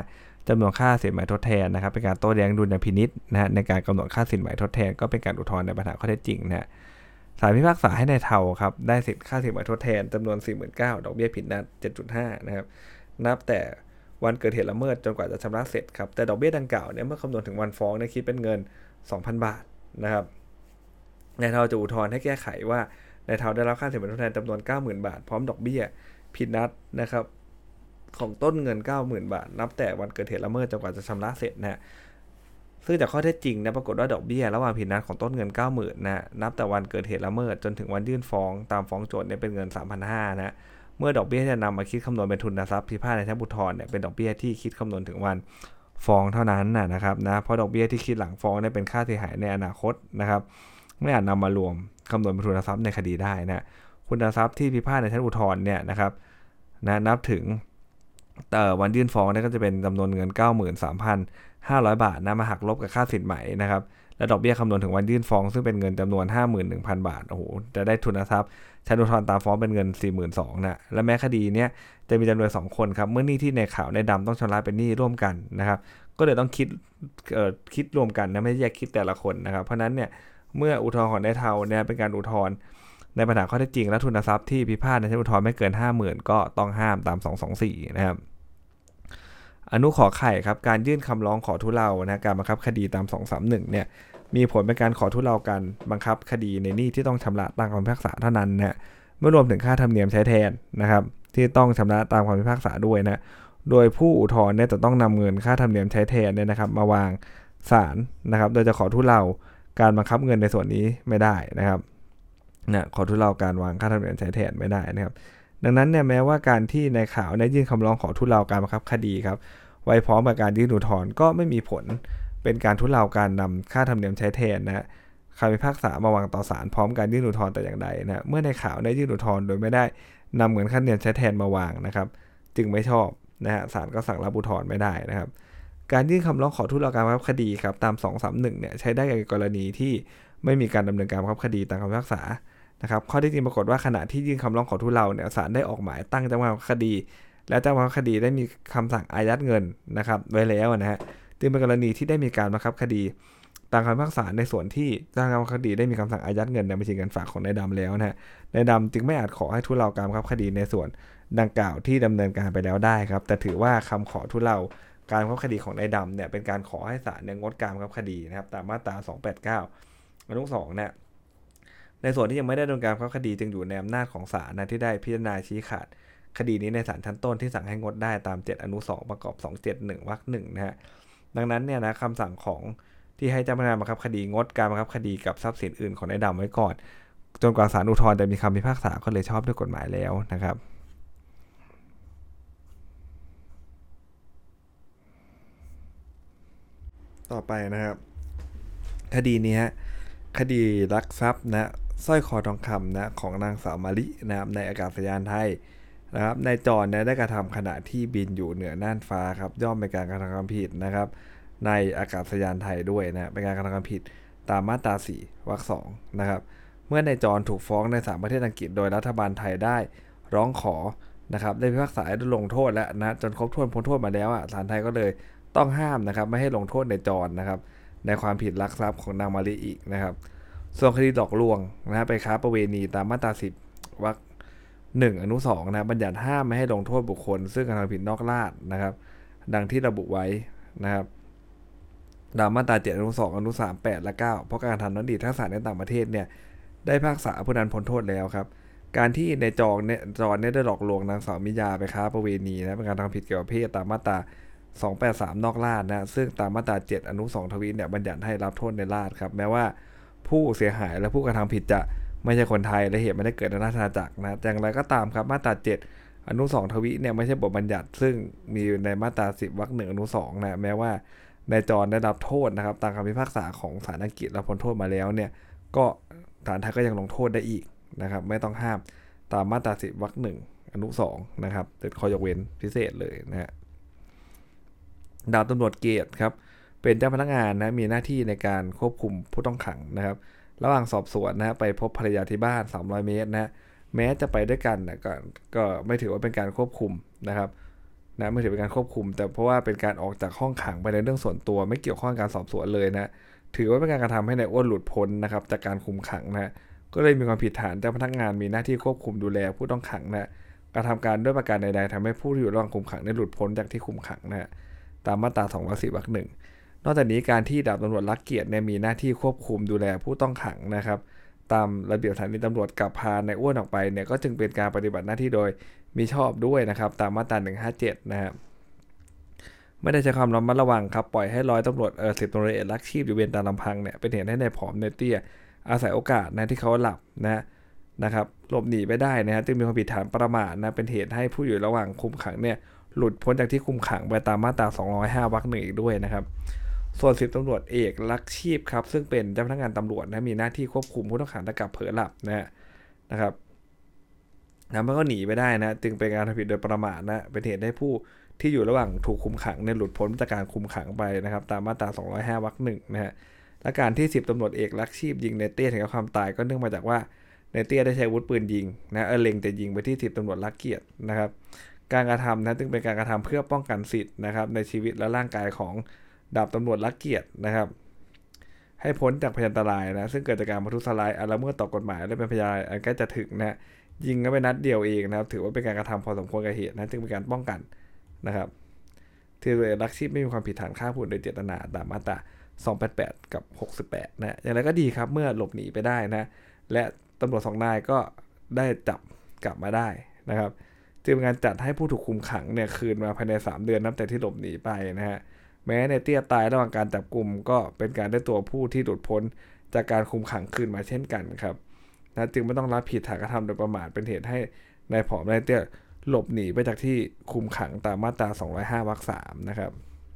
A: จำนวนค่าสินไหมทดแทนนะครับเป็นการโต้แย้งดุลยพินิจนะฮะในการกำหนดค่าสินไหมทดแทนก็เป็นการอุทธรณ์ในปัญหาข้อเท็จจริงนะฮะศาลพิพากษาให้นายเทาครับได้สิทธิค่าสินไหมทดแทนจำนวน สี่หมื่นเก้าพัน ดอกเบี้ยผิดนัด เจ็ดจุดห้า นะครับนับแต่วันเกิดเหตุละเมิดจนกว่าจะชำระเสร็จครับแต่ดอกเบี้ยดังกล่าวเนี่ยเมื่อคำนวณถึงวันฟ้องเนี่ยคิดเป็นเงิน สองพัน บาทนะครับนายเทาจะอุทธรณ์ให้แก้ไขว่านายเทาได้รับค่าสินไหมทดแทนจำนวน เก้าหมื่น บาทพร้อมดอกเบี้ยผิดนัดนะครับของต้นเงิน เก้าหมื่น บาทนับแต่วันเกิดเหตุละเมิดจนกว่าจะชำระเสร็จนะฮะซึ่งจากข้อเท็จจริงนะปรากฏว่าดอกเบี้ยระหว่างผิดนัดของต้นเงิน เก้าหมื่น นะนับแต่วันเกิดเหตุละเมิดจนถึงวันยื่นฟ้องตามฟ้องโจทก์เนี่ยเป็นเงิน สามพันห้าร้อย นะเมื่อดอกเบี้ยจะนำมาคิดคำนวณเป็นทุนทรัพย์พิพาทในชั้นอุทธรณ์เนี่ยเป็นดอกเบี้ยที่คิดคำนวณถึงวันฟ้องเท่านั้นนะครับนะเพราะดอกเบี้ยที่คิดหลังฟ้องเนี่ยเป็นค่าเสียหายในอนาคตนะครับไม่อาจนำมารวมคำนวณเป็นทุนทรัพย์ในคดีได้นะคุณทรัพย์ที่พิพาทในชั้นอุทธรณ์เนี่ยนะครับนะนับถึงแต่วันยื่นฟ้องเนี่ยก็จะเป็นจำนวนเงิน เก้าหมื่นสามพันห้าร้อย บาทนะมาหักลบกับค่าสินไหมนะครับและดอกเบี้ยคำนวณถึงวันยื่นฟ้องซึ่งเป็นเงินจำนวน ห้าหมื่นหนึ่งพัน บาทโอ้โหจะได้ทุนทรัพย์ชั้นอุทธรณ์ตามฟ้องเป็นเงิน สี่หมื่นสองพัน นะและแม้คดีเนี้ยจะมีจำเลยสองคนครับเมื่อหนี้ที่ในขาวในดำต้องชำระเป็นหนี้ร่วมกันนะครับก็เลยต้องคิดเอ่อคิดรวมกันนะไม่แยกคิดแต่ละคนนะครับเพราะนั้นเนี่ยเมื่ออุทธรณ์ของนายเทาเนี่ยเป็นการอุทธรณ์ในปัญหาข้อเท็จจริงและทุนทรัพย์ที่พิพาทในชั้นอุทธรณ์ไม่เกิน ห้าหมื่น ก็ต้องห้ามตามสองสองสี่นะครับอนุขอไข่ครับการยื่นคำร้องขอทุเลานะการบังคับคดีตามสองสามหนึ่งเนี่ยมีผลเป็นการขอทุเลาการบังคับคดีในหนี้ที่ต้องชำระตามคำพิพากษาเท่านั้นนะไม่รวมถึงค่าธรรมเนียมใช้แทนนะครับที่ต้องชำระตามคำพิพากษาด้วยนะโดยผู้อุทธรณ์เนี่ยจะต้องนำเงินค่าธรรมเนียมใช้แทนเนี่ยนะครับมาวางศาลนะครับโดยจะขอทุเลาการบังคับเงินในส่วนนี้ไม่ได้นะครับนะขอทุเลาการวางค่าธรรมเนียมใช้แทนไม่ได้นะครับดังนั้นเนี่ยแม้ว่าการที่ในข่าวได้ยื่นคำร้องขอทุเลาการบังคับคดีครับไว้พร้อมกับการยื่นอุทธรณ์ก็ไม่มีผลเป็นการทุเลาการนำค่าธรรมเนียมใช้แทนนะคำพิพากษามาวางต่อศาลพร้อมการยื่นอุทธรณ์แต่อย่างใดนะเมื่อในข่าวได้ยื่นอุทธรณ์โดยไม่ได้นำเงินค่าธรรมเนียมใช้แทนมาวางนะครับจึงไม่ชอบนะฮะศาลก็สั่งรับอุทธรณ์ไม่ได้นะครับการยื่นคำร้องขอทุเลาการบังคับคดีครับตามสองสามหนึ่งเนี่ยใช้ได้ในกรณีที่ไม่มีการดำเนินการบังคับคดีตามคำพิพากษานะครับข้อที่จริงปรากฏว่าขณะที่ยื่นคำร้องขอทุเลาเนี่ยศาลได้ออกหมายตั้งเจ้าพนักงานคดีและเจ้าพนักงานคดีได้มีคำสั่งอายัดเงินนะครับไว้แล้วนะฮะจึงเป็นกรณีที่ได้มีการบังคับคดีตามคำพิพากษาในส่วนที่เจ้าพนักงานคดีได้มีคำสั่งอายัดเงินในบัญชีเงินฝากของนายดำแล้วนะฮะนายดำจึงไม่อาจขอให้ทุเลาการบังคับคดีในส่วนดังกล่าวที่ดำเนินการไปแล้วได้ครับแต่ถือว่าคำขอทุเลาการบังคับคดีของนายดำเนี่ยเป็นการขอให้ศาลเนี่ยงดการบังคับคดีนะครับตามมาตราสองแปดเก้าอนุสองเนี่ยในส่วนที่ยังไม่ได้ดำเนินการบังคับคดีจึงอยู่ในอำนาจของศาลนะที่ได้พิจารณาชี้ขาดคดีนี้ในศาลชั้นต้นที่สั่งให้งดได้ตามเจ็ดอนุสองประกอบสองเจ็ดหนึ่งวรรคหนึ่งนะฮะดังนั้นเนี่ยนะคำสั่งของที่ให้เจ้าพนักงานบังคับคดีงดการบังคับคดีกับทรัพย์สินอื่นของนายดำไว้ก่อนจนกว่าศาลอุทธรณ์จะมีคำพิพากษาก็เลยชอบด้วยกฎหมายแล้วนะครับต่อไปนะครับคดีนี้ฮะคดีลักทรัพย์นะสร้อยคอทองคำนะของนางสาวมาลินะครับในอากาศยานไทยนะครับนายจรเนี่ยได้กระทำขณะที่บินอยู่เหนือน่านฟ้าครับย่อมเป็นการกระทำความผิดนะครับในอากาศยานไทยด้วยนะเป็นการกระทำความผิดตามมาตราสี่วรรคสองนะครับเมื่อนายจรถูกฟ้องในศาลประเทศอังกฤษโดยรัฐบาลไทยได้ร้องขอนะครับได้พิพากษาให้ลงโทษแล้วนะจนครบถ้วนพ้นโทษมาแล้วอ่ะศาลไทยก็เลยต้องห้ามนะครับไม่ให้ลงโทษนายจรนะครับในความผิดลักทรัพย์ของนางมาลิอีกนะครับส่วนคดีหลอกลวงนะไปค้าประเวณีตามมาตราสิบวรรคหนึ่งอนุสองนะบัญญัติห้ามไม่ให้ลงโทษบุคคลซึ่งกระทำผิดนอกราชนะครับดังที่ระบุไว้นะครับตามมาตราเจ็ดอนุสองอนุสามแปดและเก้าเพราะการทำนั้นดีทั้งศาลในต่างประเทศเนี่ยได้พิพากษาผู้นั้นพ้นโทษแล้วครับการที่ในจองเนี่ยจอนเนี่ยได้หลอกลวงนางสาวมิยาไปค้าประเวณีนะเป็นการทำผิดเกี่ยวกับเพศตามมาตราสองแปดสามนอกราชนะซึ่งตามมาตราเจ็ดอนุสองทวีเนี่ยบัญญัติให้รับโทษในราชครับแม้ว่าผู้เสียหายและผู้กระทำผิดจะไม่ใช่คนไทยและเหตุไม่ได้เกิดในราชอาณาจักรนะอย่างไรก็ตามครับมาตราเจ็ดอนุสองทวีเนี่ยไม่ใช่บทบัญญัติซึ่งมีในมาตราสิบวรรคหนึ่งอนุสองนะแม้ว่านายจรได้รับโทษนะครับตามคำพิพากษาของศาลอังกฤษและพ้นโทษมาแล้วเนี่ยก็ศาลไทยก็ยังลงโทษได้อีกนะครับไม่ต้องห้ามตามมาตราสิบวรรคหนึ่งอนุสองนะครับเป็นข้อยกเว้นพิเศษเลยนะฮะดาบตำรวจเกตครับเป็นเจ้าพนักงานนะมีหน้าที่ในการควบคุมผู้ต้องขังนะครับระหว่างสอบสวนนะไปพบภรรยาที่บ้านสามร้อยเมตรนะแม้จะไปด้วยกันนะก็ก็ไม่ถือว่าเป็นการควบคุมนะครับนะไม่ถือเป็นการควบคุมแต่เพราะว่าเป็นการออกจากห้องขังไปในเรื่องส่วนตัวไม่เกี่ยวข้องกับการสอบสวนเลยนะถือว่าเป็นการกระทำให้นายอ้วนหลุดพ้นนะครับจากการคุมขังนะก็เลยมีความผิดฐานเจ้าพนักงานมีหน้าที่ควบคุมดูแลผู้ต้องขังนะกระทำการด้วยประการใดๆทำให้ผู้ที่อยู่ระหว่างคุมขังได้หลุดพ้นจากที่คุมขังนะตามมาตราสองร้อยสี่วรรคหนึ่งนอกจากนี้การที่ดาบตำรวจรักเกียรติเนี่ยมีหน้าที่ควบคุมดูแลผู้ต้องขังนะครับตามระเบียบสถานีตำรวจกับพานายอ้วนออกไปเนี่ยก็จึงเป็นการปฏิบัติหน้าที่โดยมิชอบด้วยนะครับตามมาตราหนึ่งห้าเจ็ดนะครับไม่ได้ใช้ความระมัดระวังครับปล่อยให้ร้อยตำรวจเออสิบตำรวจเอกรักชีพอยู่เวรตามลำพังเนี่ยเป็นเหตุให้นายผอมนายเตี้ยอาศัยโอกาสนะที่เขาหลับนะนะครับหลบหนีไปได้นะฮะจึงมีความผิดฐานประมาทนะเป็นเหตุให้ผู้อยู่ระหว่างคุมขังเนี่ยหลุดพ้นจากที่คุมขังไปตามมาตราสองร้อยห้าวรรคหนึ่งอีกด้วยนะครับส่วนสิบตำรวจเอกรักชีพครับซึ่งเป็นเจ้าพนักงานตำรวจนะมีหน้าที่ควบคุมผู้ต้องขังถ้ากลับเผลอหลับนะนะครับนะมันก็หนีไปได้นะจึงเป็นการทำผิดโดยประมาทนะเป็นเหตุให้ผู้ที่อยู่ระหว่างถูกคุมขังเนี่ยหลุดพ้นจากการคุมขังไปนะครับตามมาตราสองร้อยห้าวรรคหนึ่งนะฮะและการที่สิบตำรวจเอกรักชีพยิงในเตี้ยถึงกับความตายก็เนื่องมาจากว่าในเตี้ยได้ใช้อาวุธปืนยิงนะเออเล็งแต่ยิงไปที่สิบตำรวจรักเกียรตินะครับการกระทำนะจึงเป็นการกระทำเพื่อป้องกันสิทธิ์นะครับในชีวิตและร่างกายของดาบตำรวจรักเกียรตินะครับให้พ้นจากพยันตรายนะซึ่งเกิดจากการประทุษร้ายอาละเมิดต่อกฎหมายและเป็นพยานอันใกล้จะถึงนะยิงก็ไปนัดเดียวเองนะครับถือว่าเป็นการกระทำพอสมควรกับเหตุนะจึงเป็นการป้องกันนะครับที่โดยรักชีพไม่มีความผิดฐานฆ่าผู้อื่นโดยเจตนาตามมาตราสองร้อยแปดสิบแปดกับหกสิบแปดนะอย่างไรก็ดีครับเมื่อหลบหนีไปได้นะและตำรวจสองนายก็ได้จับกลับมาได้นะครับจึงเป็นการจัดให้ผู้ถูกคุมขังเนี่ยคืนมาภายในสามเดือนนับแต่ที่หลบหนีไปนะฮะแม้ในเตี้ยตายระหว่างการจับกลุ่มก็เป็นการได้ตัวผู้ที่หลุดพ้นจากการคุมขังคืนมาเช่นกันครับนะจึงไม่ต้องรับผิดฐานกระทำโดยประมาทเป็นเหตุให้นายผอมนายเตี้ยหลบหนีไปจากที่คุมขังตามมาตราสองร้อยห้าวรรคสามนะครับ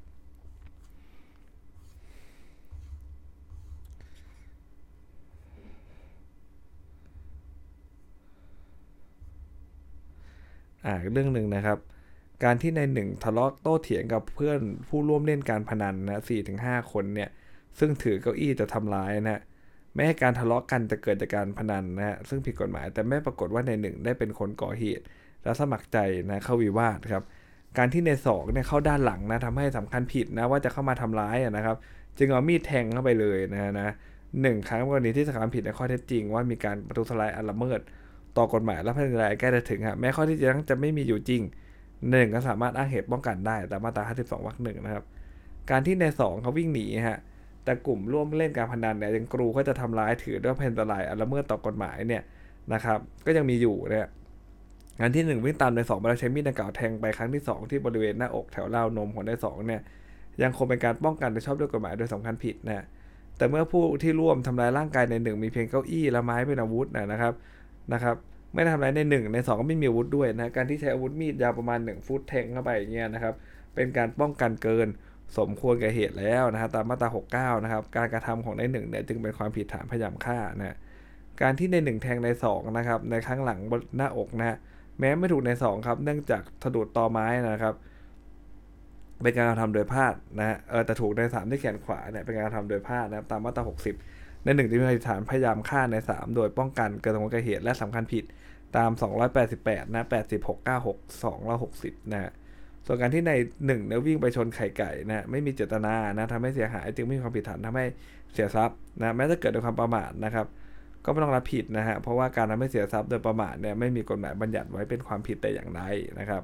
A: อ่าเรื่องหนึ่งนะครับการที่ในหนึ่งทะเลาะโต้เถียงกับเพื่อนผู้ร่วมเล่นการพนันนะสี่ถึงห้าคนเนี่ยซึ่งถือเก้าอี้จะทำร้ายนะแม้การทะเลาะกันจะเกิดจากการพนันนะฮะซึ่งผิดกฎหมายแต่ไม่ปรากฏว่าในหนึ่งได้เป็นคนก่อเหตุและสมัครใจนะเข้าวิวาทครับการที่ในสองเนี่ยเข้าด้านหลังนะทำให้สำคัญผิดนะว่าจะเข้ามาทำร้ายนะครับจึงเอามีดแทงเข้าไปเลยนะนะหนึ่งครั้งกรณีที่สำคัญผิดในข้อเท็จจริงว่ามีการประทุษร้ายอันละเมิดต่อกฎหมายและพยานใกล้จะถึงฮะแม้ข้อที่จริงจะไม่มีอยู่จริงหนึ่งก็สามารถอ้างเหตุป้องกันได้ตามมาตราห้าสิบสองวรรคหนึ่งนะครับการที่ในสองเขาวิ่งหนีฮะแต่กลุ่มร่วมเล่นการพนันเนี่ยยังกรูก็จะทำร้ายถือด้วยพยานตรายอันละเมิดต่อกฎหมายเนี่ยนะครับก็ยังมีอยู่เนี่ยงานที่หนึ่งวิ่งตามในสองมาใช้มีดดังกล่าวแทงไปครั้งที่สองที่บริเวณหน้าอกแถวราวนมของในสองเนี่ยยังคงเป็นการป้องกันโดยชอบด้วยกฎหมายโดยสำคัญผิดนะแต่เมื่อผู้ที่ร่วมทำลายร่างกายในหนึ่งมีเพียงเก้าอี้และไม้เป็นอาวุธนะครับนะครับไม่ได้ทำร้ายในหนึ่งในสองก็ไม่มีอาวุธด้วยนะการที่ใช้อาวุธมีดยาวประมาณหนึ่งฟุตแทงเข้าไปอย่างเงี้ยนะครับเป็นการป้องกันเกินสมควรแก่เหตุแล้วนะฮะตามมาตราหกสิบเก้านะครับการกระทำของในหนึ่งเนี่ยจึงเป็นความผิดฐานพยายามฆ่านะการที่ในหนึ่งแทงในสองนะครับในข้างหลังบนหน้าอกนะฮะแม้ไม่ถูกในสองครับเนื่องจากสะดุดตอไม้นะครับเป็นการกระทำโดยพลาดนะฮะเออแต่ถูกในสามที่แขนขวาเนี่ยเป็นการกระทำโดยพลาดนะครับตามมาตราหกสิบในหนึ่งที่มีฐานพยายามฆ่าในสามโดยป้องกันเกินสมควรแก่เหตุและสำคัญผิดตามสองร้อยแปดสิบแปดนะแปดสิบ หกสิบเก้า หก สองร้อยหกสิบนะส่วนการที่ในหนึ่งเนี่ยวิ่งไปชนไข่ไก่นะไม่มีเจตนานะทำให้เสียหายจึงไม่มีความผิดฐานทำให้เสียทรัพย์นะแม้จะเกิดด้วยความประมาทนะครับก็ไม่ต้องรับผิดนะฮะเพราะว่าการทำให้เสียทรัพย์โดยประมาทเนี่ยไม่มีกฎหมายบัญญัติไว้เป็นความผิดแต่อย่างใดนะครับ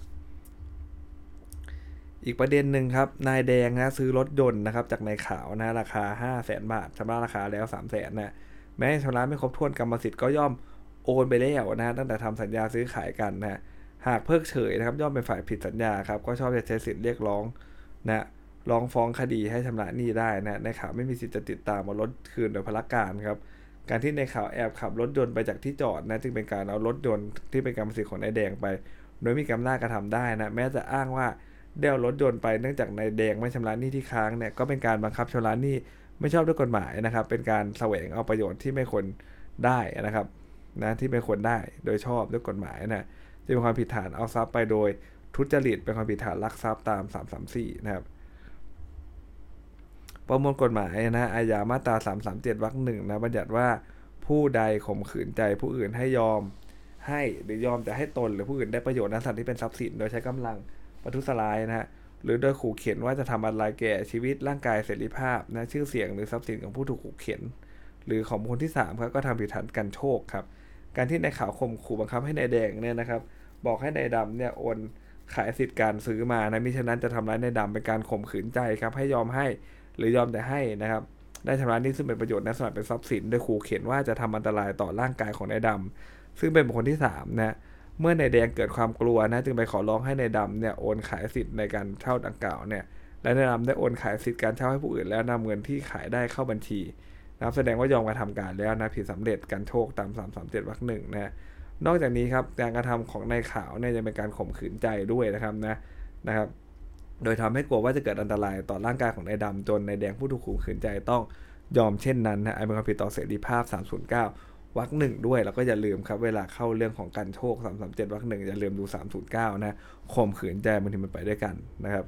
A: อีกประเด็นหนึ่งครับนายแดงนะซื้อรถยนต์นะครับจากนายขาวนะราคา ห้าแสน บาทชำระราคาแล้ว สามแสน นะแม้ชำระไม่ครบถ้วนกรรมสิทธิ์ก็ย่อมโอนไปแล้วนะตั้งแต่ทำสัญญาซื้อขายกันนะหากเพิกเฉยนะครับย่อมเป็นฝ่ายผิดสัญญาครับก็ชอบจะใช้สิทธิ์เรียกร้องนะร้องฟ้องคดีให้ชำระหนี้ได้นะในข่าวไม่มีสิทธิ์จะติดตามมารถคืนโดยพลการครับการที่ในข่าวแอบขับรถยนต์ไปจากที่จอดนะจึงเป็นการเอารถยนต์ที่เป็นกรรมสิทธิ์ของนายแดงไปโดยมีอำนาจกระทำได้นะแม้จะอ้างว่าได้เอารถยนต์ไปเนื่องจากนายแดงไม่ชำระหนี้ที่ค้างเนี่ยก็เป็นการบังคับชำระหนี้ไม่ชอบด้วยกฎหมายนะครับเป็นการแสวงเอาประโยชน์ที่ไม่ควรได้นะครับนะที่ไม่ควรได้โดยชอบด้วยกฎหมายนะจะเป็นความผิดฐานเอาทรัพย์ไปโดยทุจริตเป็นความผิดฐานลักทรัพย์ตามสามสามสี่นะครับประมวลกฎหมายนะอาญามาตราสามสามเจ็ดวรรคหนึ่งนะบัญญัติว่าผู้ใดข่มขืนใจผู้อื่นให้ยอมให้หรือยอมจะให้ตนหรือผู้อื่นได้ประโยชน์นั้นสัตว์ที่เป็นทรัพย์สินโดยใช้กำลังประทุษร้ายนะฮะหรือโดยขู่เข็นว่าจะทำอะไรแก่ชีวิตร่างกายเสรีภาพนะชื่อเสียงหรือทรัพย์สินของผู้ถูกขู่เข็นหรือของบุคคลที่สามครับก็ทำผิดฐานกันโชคครับการที่นายขาวข่มขู่บังคับให้นายแดงเนี่ยนะครับบอกให้นายดำเนี่ยโอนขายสิทธิ์การซื้อมานะมิฉะนั้นจะทำร้ายนายดำเป็นการข่มขืนใจครับให้ยอมให้หรือยอมแต่ให้นะครับได้ชำระหนี้ซึ่งเป็นประโยชน์และสำหรับเป็นทรัพย์สินโดยขู่เข็นว่าจะทำอันตรายต่อร่างกายของนายดำซึ่งเป็นบุคคลที่สามนะเมื่อนายแดงเกิดความกลัวนะจึงไปขอร้องให้นายดำเนี่ยโอนขายสิทธิ์ในการเช่าดังกล่าวเนี่ยและนายดำได้โอนขายสิทธิ์การเช่าให้ผู้อื่นแล้วนำเงินที่ขายได้เข้าบัญชีนะครับแสดงว่ายอมกระทำการแล้วนะผิดสำเร็จการโชคตามสามสามเจ็ดวรรคหนึ่งนะนอกจากนี้ครับการกระทำของนายขาวเนี่ยยังเป็นการข่มขืนใจด้วยนะครับนะนะครับโดยทำให้กลัวว่าจะเกิดอันตรายต่อร่างกายของนายดำจนนายแดงผู้ถูกข่มขืนใจต้องยอมเช่นนั้นนะเป็นความผิดต่อเสรีภาพสามศูนย์เก้าวรรคหนึ่งด้วยแล้วก็อย่าลืมครับเวลาเข้าเรื่องของการโชคสามสามเจ็ดวรรคหนึ่งอย่าลืมดูสามศูนย์เก้านะข่มขืนใจบางทีมันไปด้วยกันนะครับ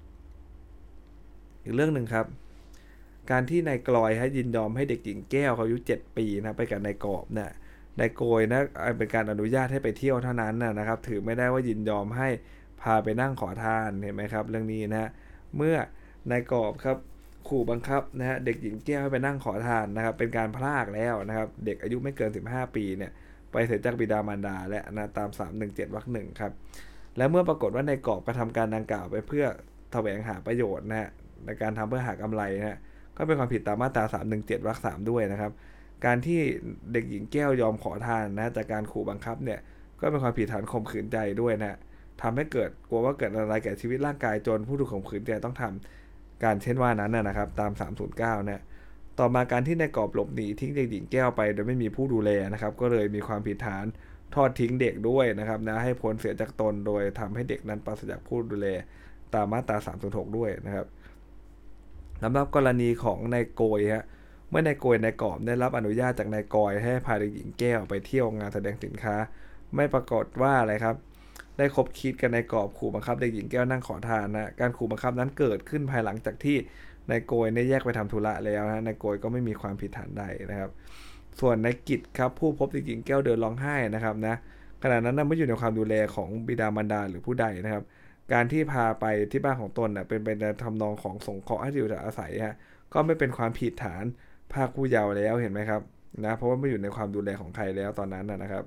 A: อีกเรื่องหนึ่งครับการที่นายกลอยให้ยินยอมให้เด็กหญิงแก้วเขาอายุเจ็ดปีนะไปกับนายกอบนะนายโกยนะเป็นการอนุญาตให้ไปเที่ยวเท่านั้นนะครับถือไม่ได้ว่ายินยอมให้พาไปนั่งขอทานเห็นไหมครับเรื่องนี้นะเมื่อนายกอบครับขู่บังคับนะฮะเด็กหญิงแก้วให้ไปนั่งขอทานนะครับเป็นการพรากแล้วนะครับเด็กอายุไม่เกินสิบห้าปีเนี่ยไปเสียจากบิดามารดาและนะตามสามหนึ่งเจ็ดวรรคหนึ่งครับและเมื่อปรากฏว่านายกอบกระทำการดังกล่าวไปเพื่อแสวงหาประโยชน์นะฮะในการทำเพื่อหากำไรนะฮะก็เป็นความผิดตามมาตราสามหนึ่งเจ็ดวรรคสามด้วยนะครับการที่เด็กหญิงแก้วยอมขอทานนะจากการขู่บังคับเนี่ยก็เป็นความผิดฐานข่มขืนใจด้วยนะทำให้เกิดกลัวว่าเกิดอะไรแก่ชีวิตร่างกายจนผู้ถูกข่มขืนใจต้องทำการเช่นว่านั้นนะครับตามสามศูนย์เก้านะต่อมาการที่นายกอบหลบหนีทิ้งเด็กหญิงแก้วไปโดยไม่มีผู้ดูแลนะครับก็เลยมีความผิดฐานทอดทิ้งเด็กด้วยนะครับนะให้พ้นเสียจากตนโดยทำให้เด็กนั้นปราศจากผู้ดูแลตามมาตราสามศูนย์หกด้วยนะครับสำหรับกรณีของนายโกยฮะเมื่อนายโกยนายกอบได้รับอนุญาตจากนายกอยให้พาเด็กหญิงแก้วไปเที่ยวงานแสดงสินค้าไม่ปรากฏว่าอะไรครับได้คบคิดกันในกรอบขู่บังคับเด็กหญิงแก้วนั่งขอทานนะการขู่บังคับนั้นเกิดขึ้นภายหลังจากที่นายโกยได้แยกไปทำธุระแล้วนะนายโกยก็ไม่มีความผิดฐานใดนะครับส่วนนายกิจครับผู้พบเด็กหญิงแก้วเดินร้องไห้นะครับนะขณะนั้นไม่อยู่ในความดูแลของบิดามารดาหรือผู้ใดนะครับการที่พาไปที่บ้านของตนเป็นไปในทำนองของสงเคราะห์ให้อยู่อาศัยฮะก็ไม่เป็นความผิดฐานพรากผู้เยาว์แล้วเห็นไหมครับนะเพราะว่าไม่อยู่ในความดูแลของใครแล้วตอนนั้นนะครับ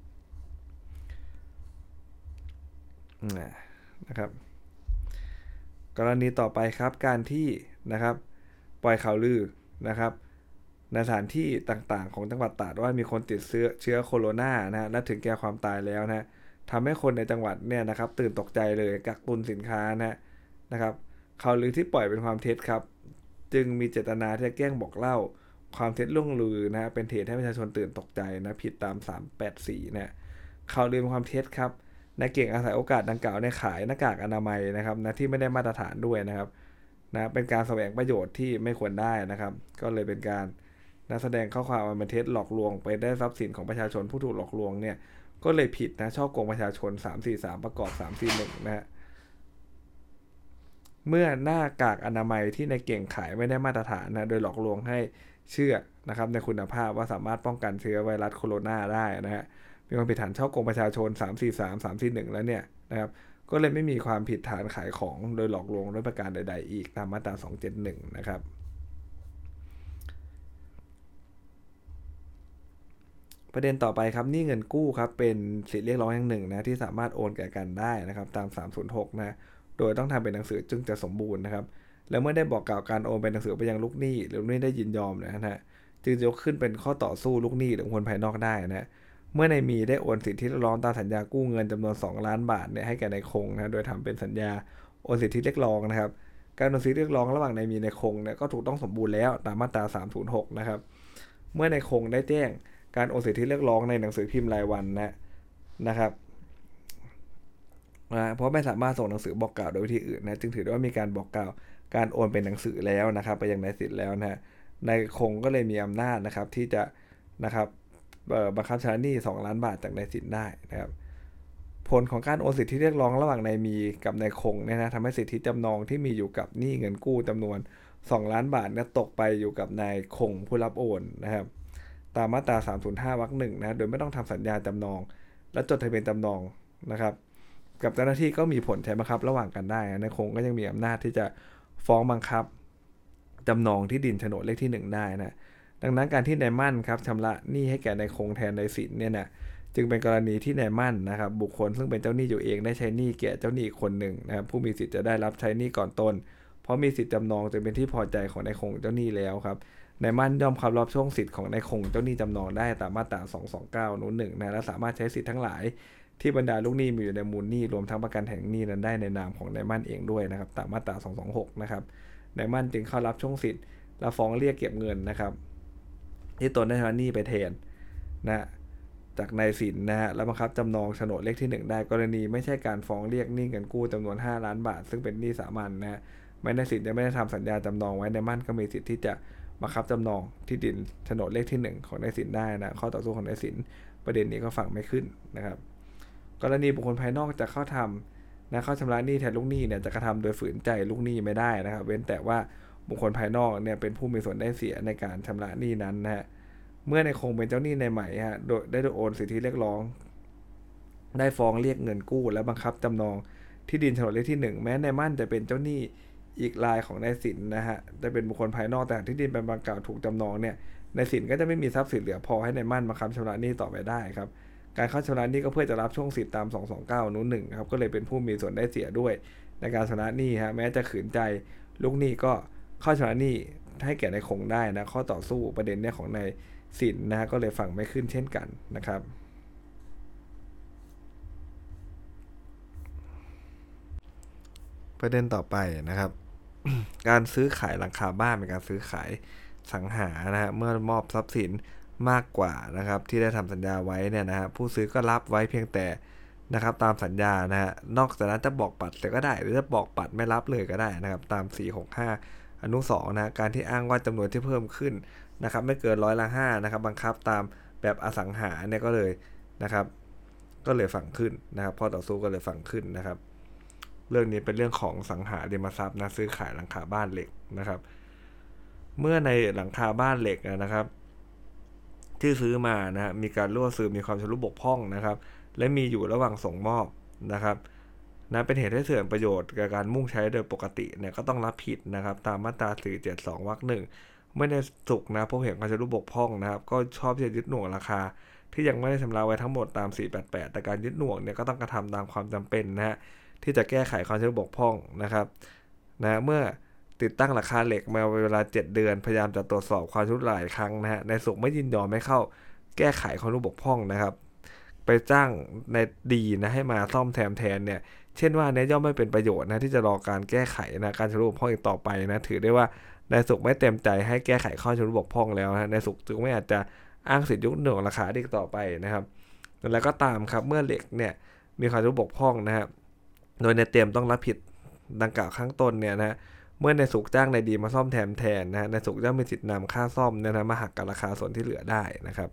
A: นะครับกรณีต่อไปครับการที่นะครับปล่อยข่าวลือนะครับในสถานที่ต่างๆของจังหวัดตราดว่ามีคนติดเชื้อเชื้อโคโรนานะและถึงแก่ความตายแล้วนะทำให้คนในจังหวัดเนี่ยนะครับตื่นตกใจเลยกักตุนสินค้านะนะครับข่าวลือที่ปล่อยเป็นความเท็จครับจึงมีเจตนาที่จะแกล้งบอกเล่าความเท็จล่วงลือนะเป็นเหตุให้ประชาชนตื่นตกใจนะผิดตามสามแปดสี่นะข่าวลือเป็นความเท็จครับนายเก่งอาศัยโอกาสดังกล่าวในขายหน้ากากอนามัยนะครับนะที่ไม่ได้มาตรฐานด้วยนะครับนะเป็นการแสวงประโยชน์ที่ไม่ควรได้นะครับก็เลยเป็นการนักแสดงข้อความอันเป็นเท็จหลอกลวงไปได้ทรัพย์สินของประชาชนผู้ถูกหลอกลวงเนี่ยก็เลยผิดนะช่อโกงประชาชนสามสี่สามประกอบสามสี่หนึ่งนะฮะเมื่อหน้ากากอนามัยที่ในเก่งขายไม่ได้มาตรฐานนะโดยหลอกลวงให้เชื่อนะครับในคุณภาพว่าสามารถป้องกันเชื้อไวรัสโคโรนาได้นะฮะมีความผิดฐานช่อโกงประชาชนสามสี่สาม สามสี่หนึ่งแล้วเนี่ยนะครับก็เลยไม่มีความผิดฐานขายของโดยหลอกลวงด้วยประการใดๆอีกตามมาตราสองร้อยเจ็ดสิบเอ็ดนะครับประเด็นต่อไปครับหนี้เงินกู้ครับเป็นสิทธิเรียกร้องอย่างหนึ่งนะที่สามารถโอนแก่กันได้นะครับตามสามศูนย์หกนะโดยต้องทำเป็นหนังสือจึงจะสมบูรณ์นะครับแล้วเมื่อได้บอกกล่าวการโอนเป็นหนังสือไปยังลูกหนี้หรือลูกหนี้ได้ยินยอมนะฮะจึงจะยกขึ้นเป็นข้อต่อสู้ลูกหนี้หรือคนภายนอกได้นะเมื่อนายมีได้โอนสิทธิเรียกร้องตามสัญญากู้เงินจำนวนสองล้านบาทเนี่ยให้แก่นายคงนะโดยทำเป็นสัญญาโอนสิทธิเรียกร้องนะครับการโอนสิทธิเรียกร้องระหว่างนายมีนายคงเนี่ยก็ถูกต้องสมบูรณ์แล้วตามมาตราสามศูนย์หกนะครับเมื่อนายคงได้แจ้งการโอนสิทธิเรียกร้องในหนังสือพิมพ์รายวันนะนะครับนะเพราะไม่สามารถส่งหนังสือบอกกล่าวโดยวิธีอื่นนะจึงถือได้ว่ามีการบอกกล่าวการโอนเป็นหนังสือแล้วนะครับไปยังนายสิทธิ์แล้วนะนายคงก็เลยมีอำนาจนะครับที่จะนะครับบังคับชำระหนี้สองล้านบาทจากนายสิทธิ์ได้นะครับผลของการโอนสิทธิเรียกร้องระหว่างนายมีกับนายคงเนี่ยนะทำให้สิทธิจำนองที่มีอยู่กับหนี้เงินกู้จำนวนสองล้านบาทเนี่ยตกไปอยู่กับนายคงผู้รับโอนนะครับตามมาตราสามศูนย์ห้าวรรคหนึ่งนะโดยไม่ต้องทำสัญญาจำนองและจดทะเบียนจำนองนะครับกับเจ้าหน้าที่ก็มีผลใช้บังคับระหว่างกันได้นายคงก็ยังมีอำนาจที่จะฟ้องบังคับจำนองที่ดินโฉนดเลขที่หนึ่งได้นะดังนั้นการที่นายมั่นครับชำระหนี้ให้แก่นายคงแทนนายสินเนี่ยนะจึงเป็นกรณีที่นายมั่นนะครับบุคคลซึ่งเป็นเจ้าหนี้อยู่เองได้ใช้หนี้แก่เจ้าหนี้คนหนึ่งนะครับผู้มีสิทธิ์จะได้รับใช้หนี้ก่อนตนเพราะมีสิทธิ์จำนองจึงเป็นที่พอใจของนายคงเจ้าหนี้แล้วครับนายมั่นย่อมเคารพช่วงสิทธิ์ของนายคงเจ้าหนี้จำนองได้ตามมาตราสองสองเก้านูหนึ่งนะและสามารถใช้สิทธิ์ทั้งหลายที่บรรดาลูกหนี้มีอยู่ในมูลหนี้รวมทั้งประกันแห่งหนี้นั้นได้ในนามของนายมั่นเองด้วยนะครับตามมาตราสองสองหกนะครับนายมั่นจึงเข้ารับช่วงสิทธิ์และฟ้องเรียกเก็บเงินนะครับที่ตนได้ชำระหนี้ไปแทนนะจากนายสินนะฮะแล้วบังคับจำนองโฉนดเลขที่หนึ่งได้กรณีไม่ใช่การฟ้องเรียกหนี้เงินกู้จำนวนห้าล้านบาทซึ่งเป็นหนี้สามัญนะฮะแม้นายสินจะไม่ได้ทำสัญญาจำนองไว้นายมั่นก็มีสิทธิ์ที่จะบังคับจำนองที่ดินโฉนดเลขที่หนึ่งของนายสินได้นะข้อต่อสู้ของนายสินประเด็นนี้ก็ฟังไม่ขึ้นนะครับกรณีบุคคลภายนอกจะเข้าทำนะเข้าชำระหนี้แทนลูกหนี้เนี่ยจะกระทำโดยฝืนใจลูกหนี้ไม่ได้นะครับเว้นแต่ว่าบุคคลภายนอกเนี่ยเป็นผู้มีส่วนได้เสียในการชำระหนี้นั้นนะฮะเมื่อในคงเป็นเจ้าหนี้ในใหม่ฮะโดยได้โดยโอนสิทธิเรียกร้องได้ฟ้องเรียกเงินกู้และบังคับจำนองที่ดินโฉนดเลขที่หนึ่งแม้ในมั่นจะเป็นเจ้าหนี้อีกรายของนายสินนะฮะจะเป็นบุคคลภายนอกแต่ที่ดินเป็นบังกล่าวถูกจำนองเนี่ยนายสินก็จะไม่มีทรัพย์สินเหลือพอให้ในมั่นบังคับชำระหนี้ต่อไปได้ครับการเข้าชำระหนี้ก็เพื่อจะรับช่วงสิทธิตามสองสองเก้านู้นหนึ่งครับก็เลยเป็นผู้มีส่วนได้เสียด้วยในการชำระหนี้ฮะแม้จะขืนใจลูกหนี้ก็เข้าชำระหนี้ให้แก่นายคงได้นะข้อต่อสู้ประเด็นเนี่ยของนายสินนะฮะก็เลยฟังไม่ขึ้นเช่นกันนะครับประเด็นต่อไปนะครับ การซื้อขายหลังคาบ้านเป็นการซื้อขายสังหานะฮะเมื่อมอบทรัพย์สินมากกว่านะครับที่ได้ทำสัญญาไว้เนี่ยนะฮะผู้ซื้อก็รับไว้เพียงแต่นะครับตามสัญญานะฮะนอกจากนั้นจะบอกปัดเลยก็ได้หรือจะบอกปัดไม่รับเลยก็ได้นะครับตามสี่หกห้าอนุสองนะการที่อ้างว่าจำนวนที่เพิ่มขึ้นนะครับไม่เกินร้อยละห้านะครับบังคับตามแบบอสังหาเนี่ยก็เลยนะครับก็เลยฝังขึ้นนะครับพอต่อสู้ก็เลยฝังขึ้นนะครับเรื่องนี้เป็นเรื่องของสังหาริมทรัพย์นะซื้อขายหลังคาบ้านเหล็กนะครับเมื่อในหลังคาบ้านเหล็กนะครับที่ซื้อมานะมีการรั่วซึมมีความชำรุดบกพร่องนะครับและมีอยู่ระหว่างส่งมอบนะครับนะเป็นเหตุให้เสื่อมประโยชน์กับการมุ่งใช้โดยปกติเนี่ยก็ต้องรับผิดนะครับตามมาตราสี่เจ็ดสองวรรคหนึ่งเมื่อในสุกนะพบเห็นความชำรุดบกพร่องนะครับก็ชอบที่จะยึดหน่วงราคาที่ยังไม่ได้ชำระไว้ทั้งหมดตามสี่แปดแปดแต่การยึดหน่วงเนี่ยก็ต้องกระทำตามความจำเป็นนะฮะที่จะแก้ไขความชำรุดบกพร่องนะครับนะเมื่อติดตั้งราคาเหล็กมาเวลาเจ็ดเดือนพยายามจะตรวจสอบความชำรุดหลายครั้งนะฮะในสุกไม่ยินยอมไม่เข้าแก้ไขความชำรุดบกพร่องนะครับไปจ้างในดีนะให้มาซ่อมแซมแทนเนี่ยเช่นว่าเนี่ยย่อมไม่เป็นประโยชน์นะที่จะรอการแก้ไขนะการชำรุดบกพร่องอีกต่อไปนะถือได้ว่านายสุกไม่เต็มใจให้แก้ไขข้อชำรุดบกพร่องแล้วนะนายสุกจึงไม่อาจจะอ้างสิทธิยุหน่วงราคาอีกต่อไปนะครับแล้วก็ตามครับเมื่อเหล็กเนี่ยมีความชำรุดบกพร่องนะครับโดยในเต็มต้องรับผิดดังกล่าวข้างต้นเนี่ยนะเมื่อในสุกจ้างในดีมาซ่อมแทนแทนนะในสุกย่อมมีสิทธินำค่าซ่อมเนี่ยนะมาหักกับราคาส่วนที่เหลือได้นะครับ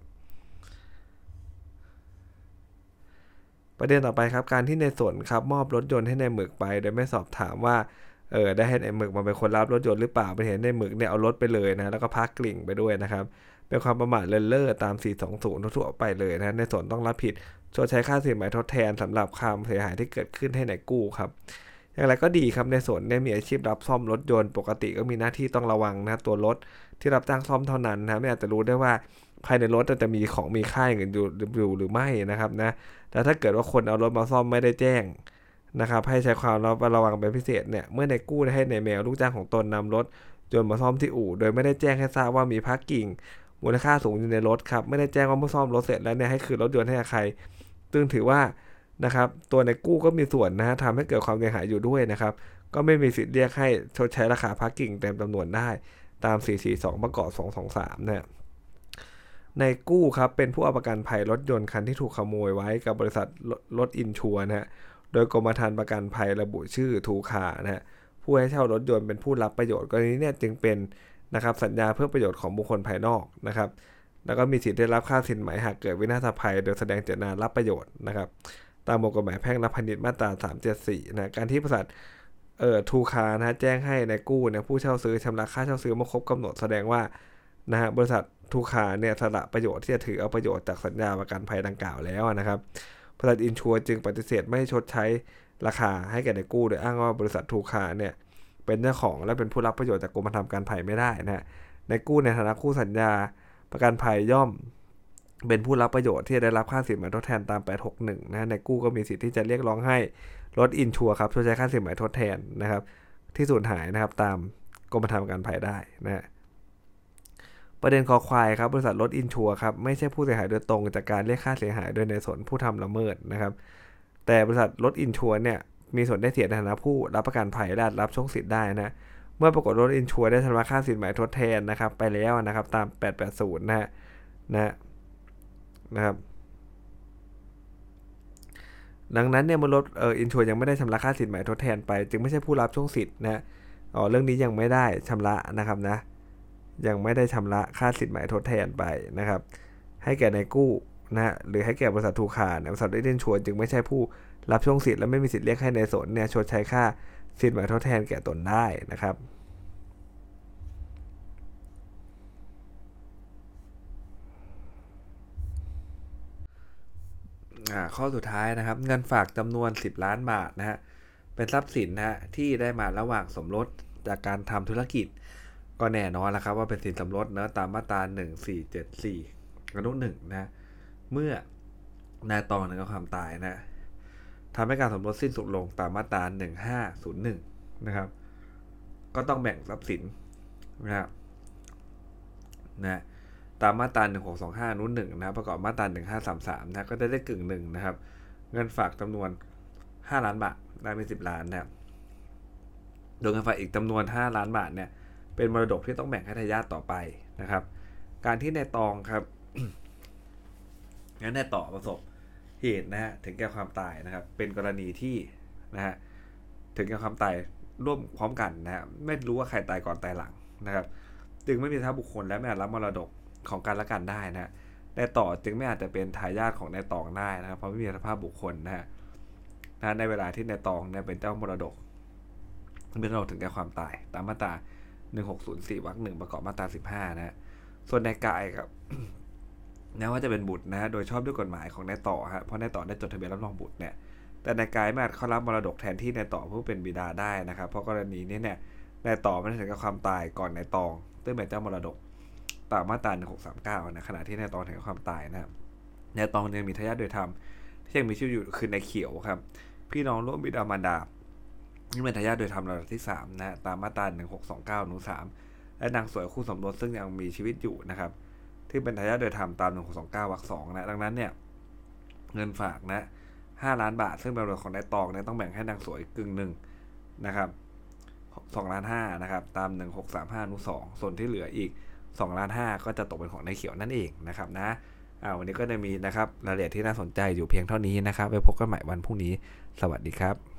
A: ประเด็นต่อไปครับการที่ในส่วนครับมอบรถยนต์ให้ในหมึกไปโดยไม่สอบถามว่าเออได้ให้ในหมึกมาเป็นคนรับรถยนต์หรือเปล่าเป็นเห็นในหมึกเนี่ยเอารถไปเลยนะแล้วก็พักกลิ่งไปด้วยนะครับเป็นความประมาทเลินเล่อตามสี่สองศูนย์ทั่วไปเลยนะในส่วนต้องรับผิดชดใช้ค่าสินไหมทดแทนสำหรับความเสียหายที่เกิดขึ้นให้ในกู้ครับอย่างไรก็ดีครับในส่วนได้มีอาชีพรับซ่อมรถยนต์ปกติก็มีหน้าที่ต้องระวังนะตัวรถที่รับจ้างซ่อมเท่านั้นนะไม่อาจจะรู้ได้ว่าภายในรถจะมีของมีค่าอย่างอื่นอยู่หรือไม่นะครับนะแต่ถ้าเกิดว่าคนเอารถมาซ่อมไม่ได้แจ้งนะครับให้ใช้ความระวังเป็นพิเศษเนี่ยเมื่อในกู้ได้ให้ในแมวลูกจ้างของตนนำรถยนต์มาซ่อมที่อู่โดยไม่ได้แจ้งให้ทราบว่ามีพักกิ่งมูลค่าสูงอยู่ในรถครับไม่ได้แจ้งว่าเมื่อซ่อมรถเสร็จแล้วเนี่ยให้คืนรถยนต์ให้ใครซึ่งถือว่านะครับตัวในกู้ก็มีส่วนนะฮะทำให้เกิดความเสียหายอยู่ด้วยนะครับก็ไม่มีสิทธิ์เรียกให้ชดใช้ราคาพักกิ่งเต็มจำนวนได้ตามสี่สี่สองประกอบสองสองสามนะในกู้ครับเป็นผู้เอาประกันภัยรถยนต์คันที่ถูกขโมยไว้กับบริษัทรถอินชัวร์นะฮะโดยกรมธรรม์ประกันภัยระบุชื่อทูคานะฮะผู้ให้เช่ารถยนต์เป็นผู้รับประโยชน์กรณีนี้เนี่ยจึงเป็นนะครับสัญญาเพื่อประโยชน์ของบุคคลภายนอกนะครับแล้วก็มีสิทธิ์ได้รับค่าสินไหมหากเกิดวินาศภัยโดยแสดงเจตนารับประโยชน์นะครับตามกฎหมายแพ่งและพาณิชย์มาตราสามเจ็ดสี่นะการที่บริษัทเอ่อทูคานะฮะแจ้งให้ในกู้เนี่ยผู้เช่าซื้อชำระค่าเช่าซื้อเมื่อครบกำหนดแสดงว่านะฮะบริษัททูคาเนี่ยสละประโยชน์ที่จะถือเอาประโยชน์จากสัญญาประกันภัยดังกล่าวแล้วนะครับเพบริษัทอินชัวจึงปฏิเสธไม่ชดใช้ราคาให้แก่นายกู้โดยอ้างว่าบริษัททูคาเนี่ยเป็นเจ้าของและเป็นผู้รับประโยชน์จากกรมธรรม์การภัยไม่ได้นะฮะนายกู้ในฐานะคู่สัญญาประกันภัยย่อมเป็นผู้รับประโยชน์ที่ได้รับค่าสินไหมทดแทนตามแปดหกหนึ่งนะนายกู้ก็มีสิทธิ์ที่จะเรียกร้องให้รถอินชัวครับชดใช้ค่าสินไหมทดแทนนะครับที่สูญหายนะครับตามกรมธรรม์การภัยได้นะฮะประเด็นคอควายครับบริษัทรถอินชัวครับไม่ใช่ผู้เสียหายโดยตรงจากการเรียกค่าเสียหายโดยในส่วนผู้ทำละเมิดนะครับแต่บริษัทรถอินชัวเนี่ยมีส่วนได้เสียในฐานะผู้รับประกันภัยและรับช่วงสิทธิ์ได้นะเมื่อปรากฏรถอินชัวได้ชำระค่าสินไหมทดแทนนะครับไปแล้วนะครับตามแปดแปดศูนย์นะฮะนะนะครับดังนั้นเนี่ยเมื่อรถเอ่ออินชัวยังไม่ได้ชำระค่าสินไหมทดแทนไปจึงไม่ใช่ผู้รับช่วงสิทธิ์นะอ๋อเรื่องนี้ยังไม่ได้ชำระนะครับนะยังไม่ได้ชำระค่าสินไหมทดแทนไปนะครับให้แก่นายกู้นะหรือให้แก่บริษัททูคาบริษัทรถอินชัวจึงไม่ใช่ผู้รับช่วงสิทธิ์และไม่มีสิทธิ์เรียกให้นายสนเนี่ยชดใช้ค่าสินไหมทดแทนแก่ตนได้นะครับข้อสุดท้ายนะครับเงินฝากจำนวนสิบล้านบาทนะฮะเป็นทรัพย์สินนะฮะที่ได้มาระหว่างสมรสจากการทำธุรกิจก็แน่นอนแล้วครับว่าเป็นสินสมรสนะตามมาตราหนึ่งสี่เจ็ดสี่อนุหนึ่งนะเมื่อนายตองถึงกับความตายนะทำให้การสมรสสิ้นสุดลงตามมาตราหนึ่งห้าศูนย์หนึ่งนะครับก็ต้องแบ่งทรัพย์สินนะครับนะตามมาตราหนึ่งหกสองห้าอนุหนึ่งนะประกอบมาตราหนึ่งห้าสามสามนะก็ได้ได้กึ่งหนึ่งนะครับเงินฝากจำนวนห้าล้านบาทได้เป็นสิบล้านนะครับโดยเงินฝากอีกจำนวนห้าล้านบาทเนี่ยเป็นมรดกที่ต้องแบ่งให้ทายาทต่อไปนะครับการที่นายตองครับงั้นนายต่อประสบเหตุนะฮะถึงแก่ความตายนะครับเป็นกรณีที่นะฮะถึงแก่ความตายร่วมพร้อมกันนะฮะไม่รู้ว่าใครตายก่อนตายหลังนะครับจึงไม่มีทรัพย์บุคคลและไม่อาจรับมรดกของการละกันได้นะนายต่อจึงไม่อาจจะเป็นทายาทของนายตองได้นะครับเพราะไม่มีสภาพบุคคลนะฮะนะในเวลาที่นายตองเนี่ยเป็นเจ้ามรดกเป็นมรดกถึงแก่ความตายตามมาตราหนึ่งหกศูนย์สี่วรรคหนึ่งประกอบมาตราสิบห้านะส่วนนายกายครับนะว่าจะเป็นบุตรนะโดยชอบด้วยกฎหมายของนายต่อฮะเพราะนายต่อได้จดทะเบียนรับรองบุตรเนี่ยแต่นายกายไม่อาจเข้ารับมรดกแทนที่นายต่อผู้เป็นบิดาได้นะครับเพราะกรณีนี้เนี่ยนายต่อไม่ได้ถึงกับความตายก่อนนายตองซึ่งเป็นเจ้ามรดกตามมาตราหนึ่งหกสามเก้านะขณะที่นายตองถึงกับความตายนะครับนายตองยังมีทายาทโดยธรรมที่ยังมีชีวิตอยู่คือนายเขียวครับพี่น้องร่วมบิดามารดานี่เป็นทายาทโดยธรรมระดับที่สามนะตามมาตราหนึ่งหกสองเก้าอนุสามและนางสวยคู่สมรสซึ่งยังมีชีวิตอยู่นะครับที่เป็นทายาทโดยธรรมตามหนึ่งหกสองเก้าวรรคสองนะดังนั้นเนี่ยเงินฝากนะห้าล้านบาทซึ่งเป็นมรดกของนายตองเนี่ยต้องแบ่งให้นางสวยกึ่งหนึ่งนะครับสองล้านห้านะครับตามหนึ่งหกสามห้าอนุสองส่วนที่เหลืออีกสองล้านห้าก็จะตกเป็นของนายเขียวนั่นเองนะครับนะอ่าวันนี้ก็จะมีนะครับรายละเอียดที่น่าสนใจอยู่เพียงเท่านี้นะครับไว้พบกันใหม่วันพรุ่งนี้สวัสดีครับ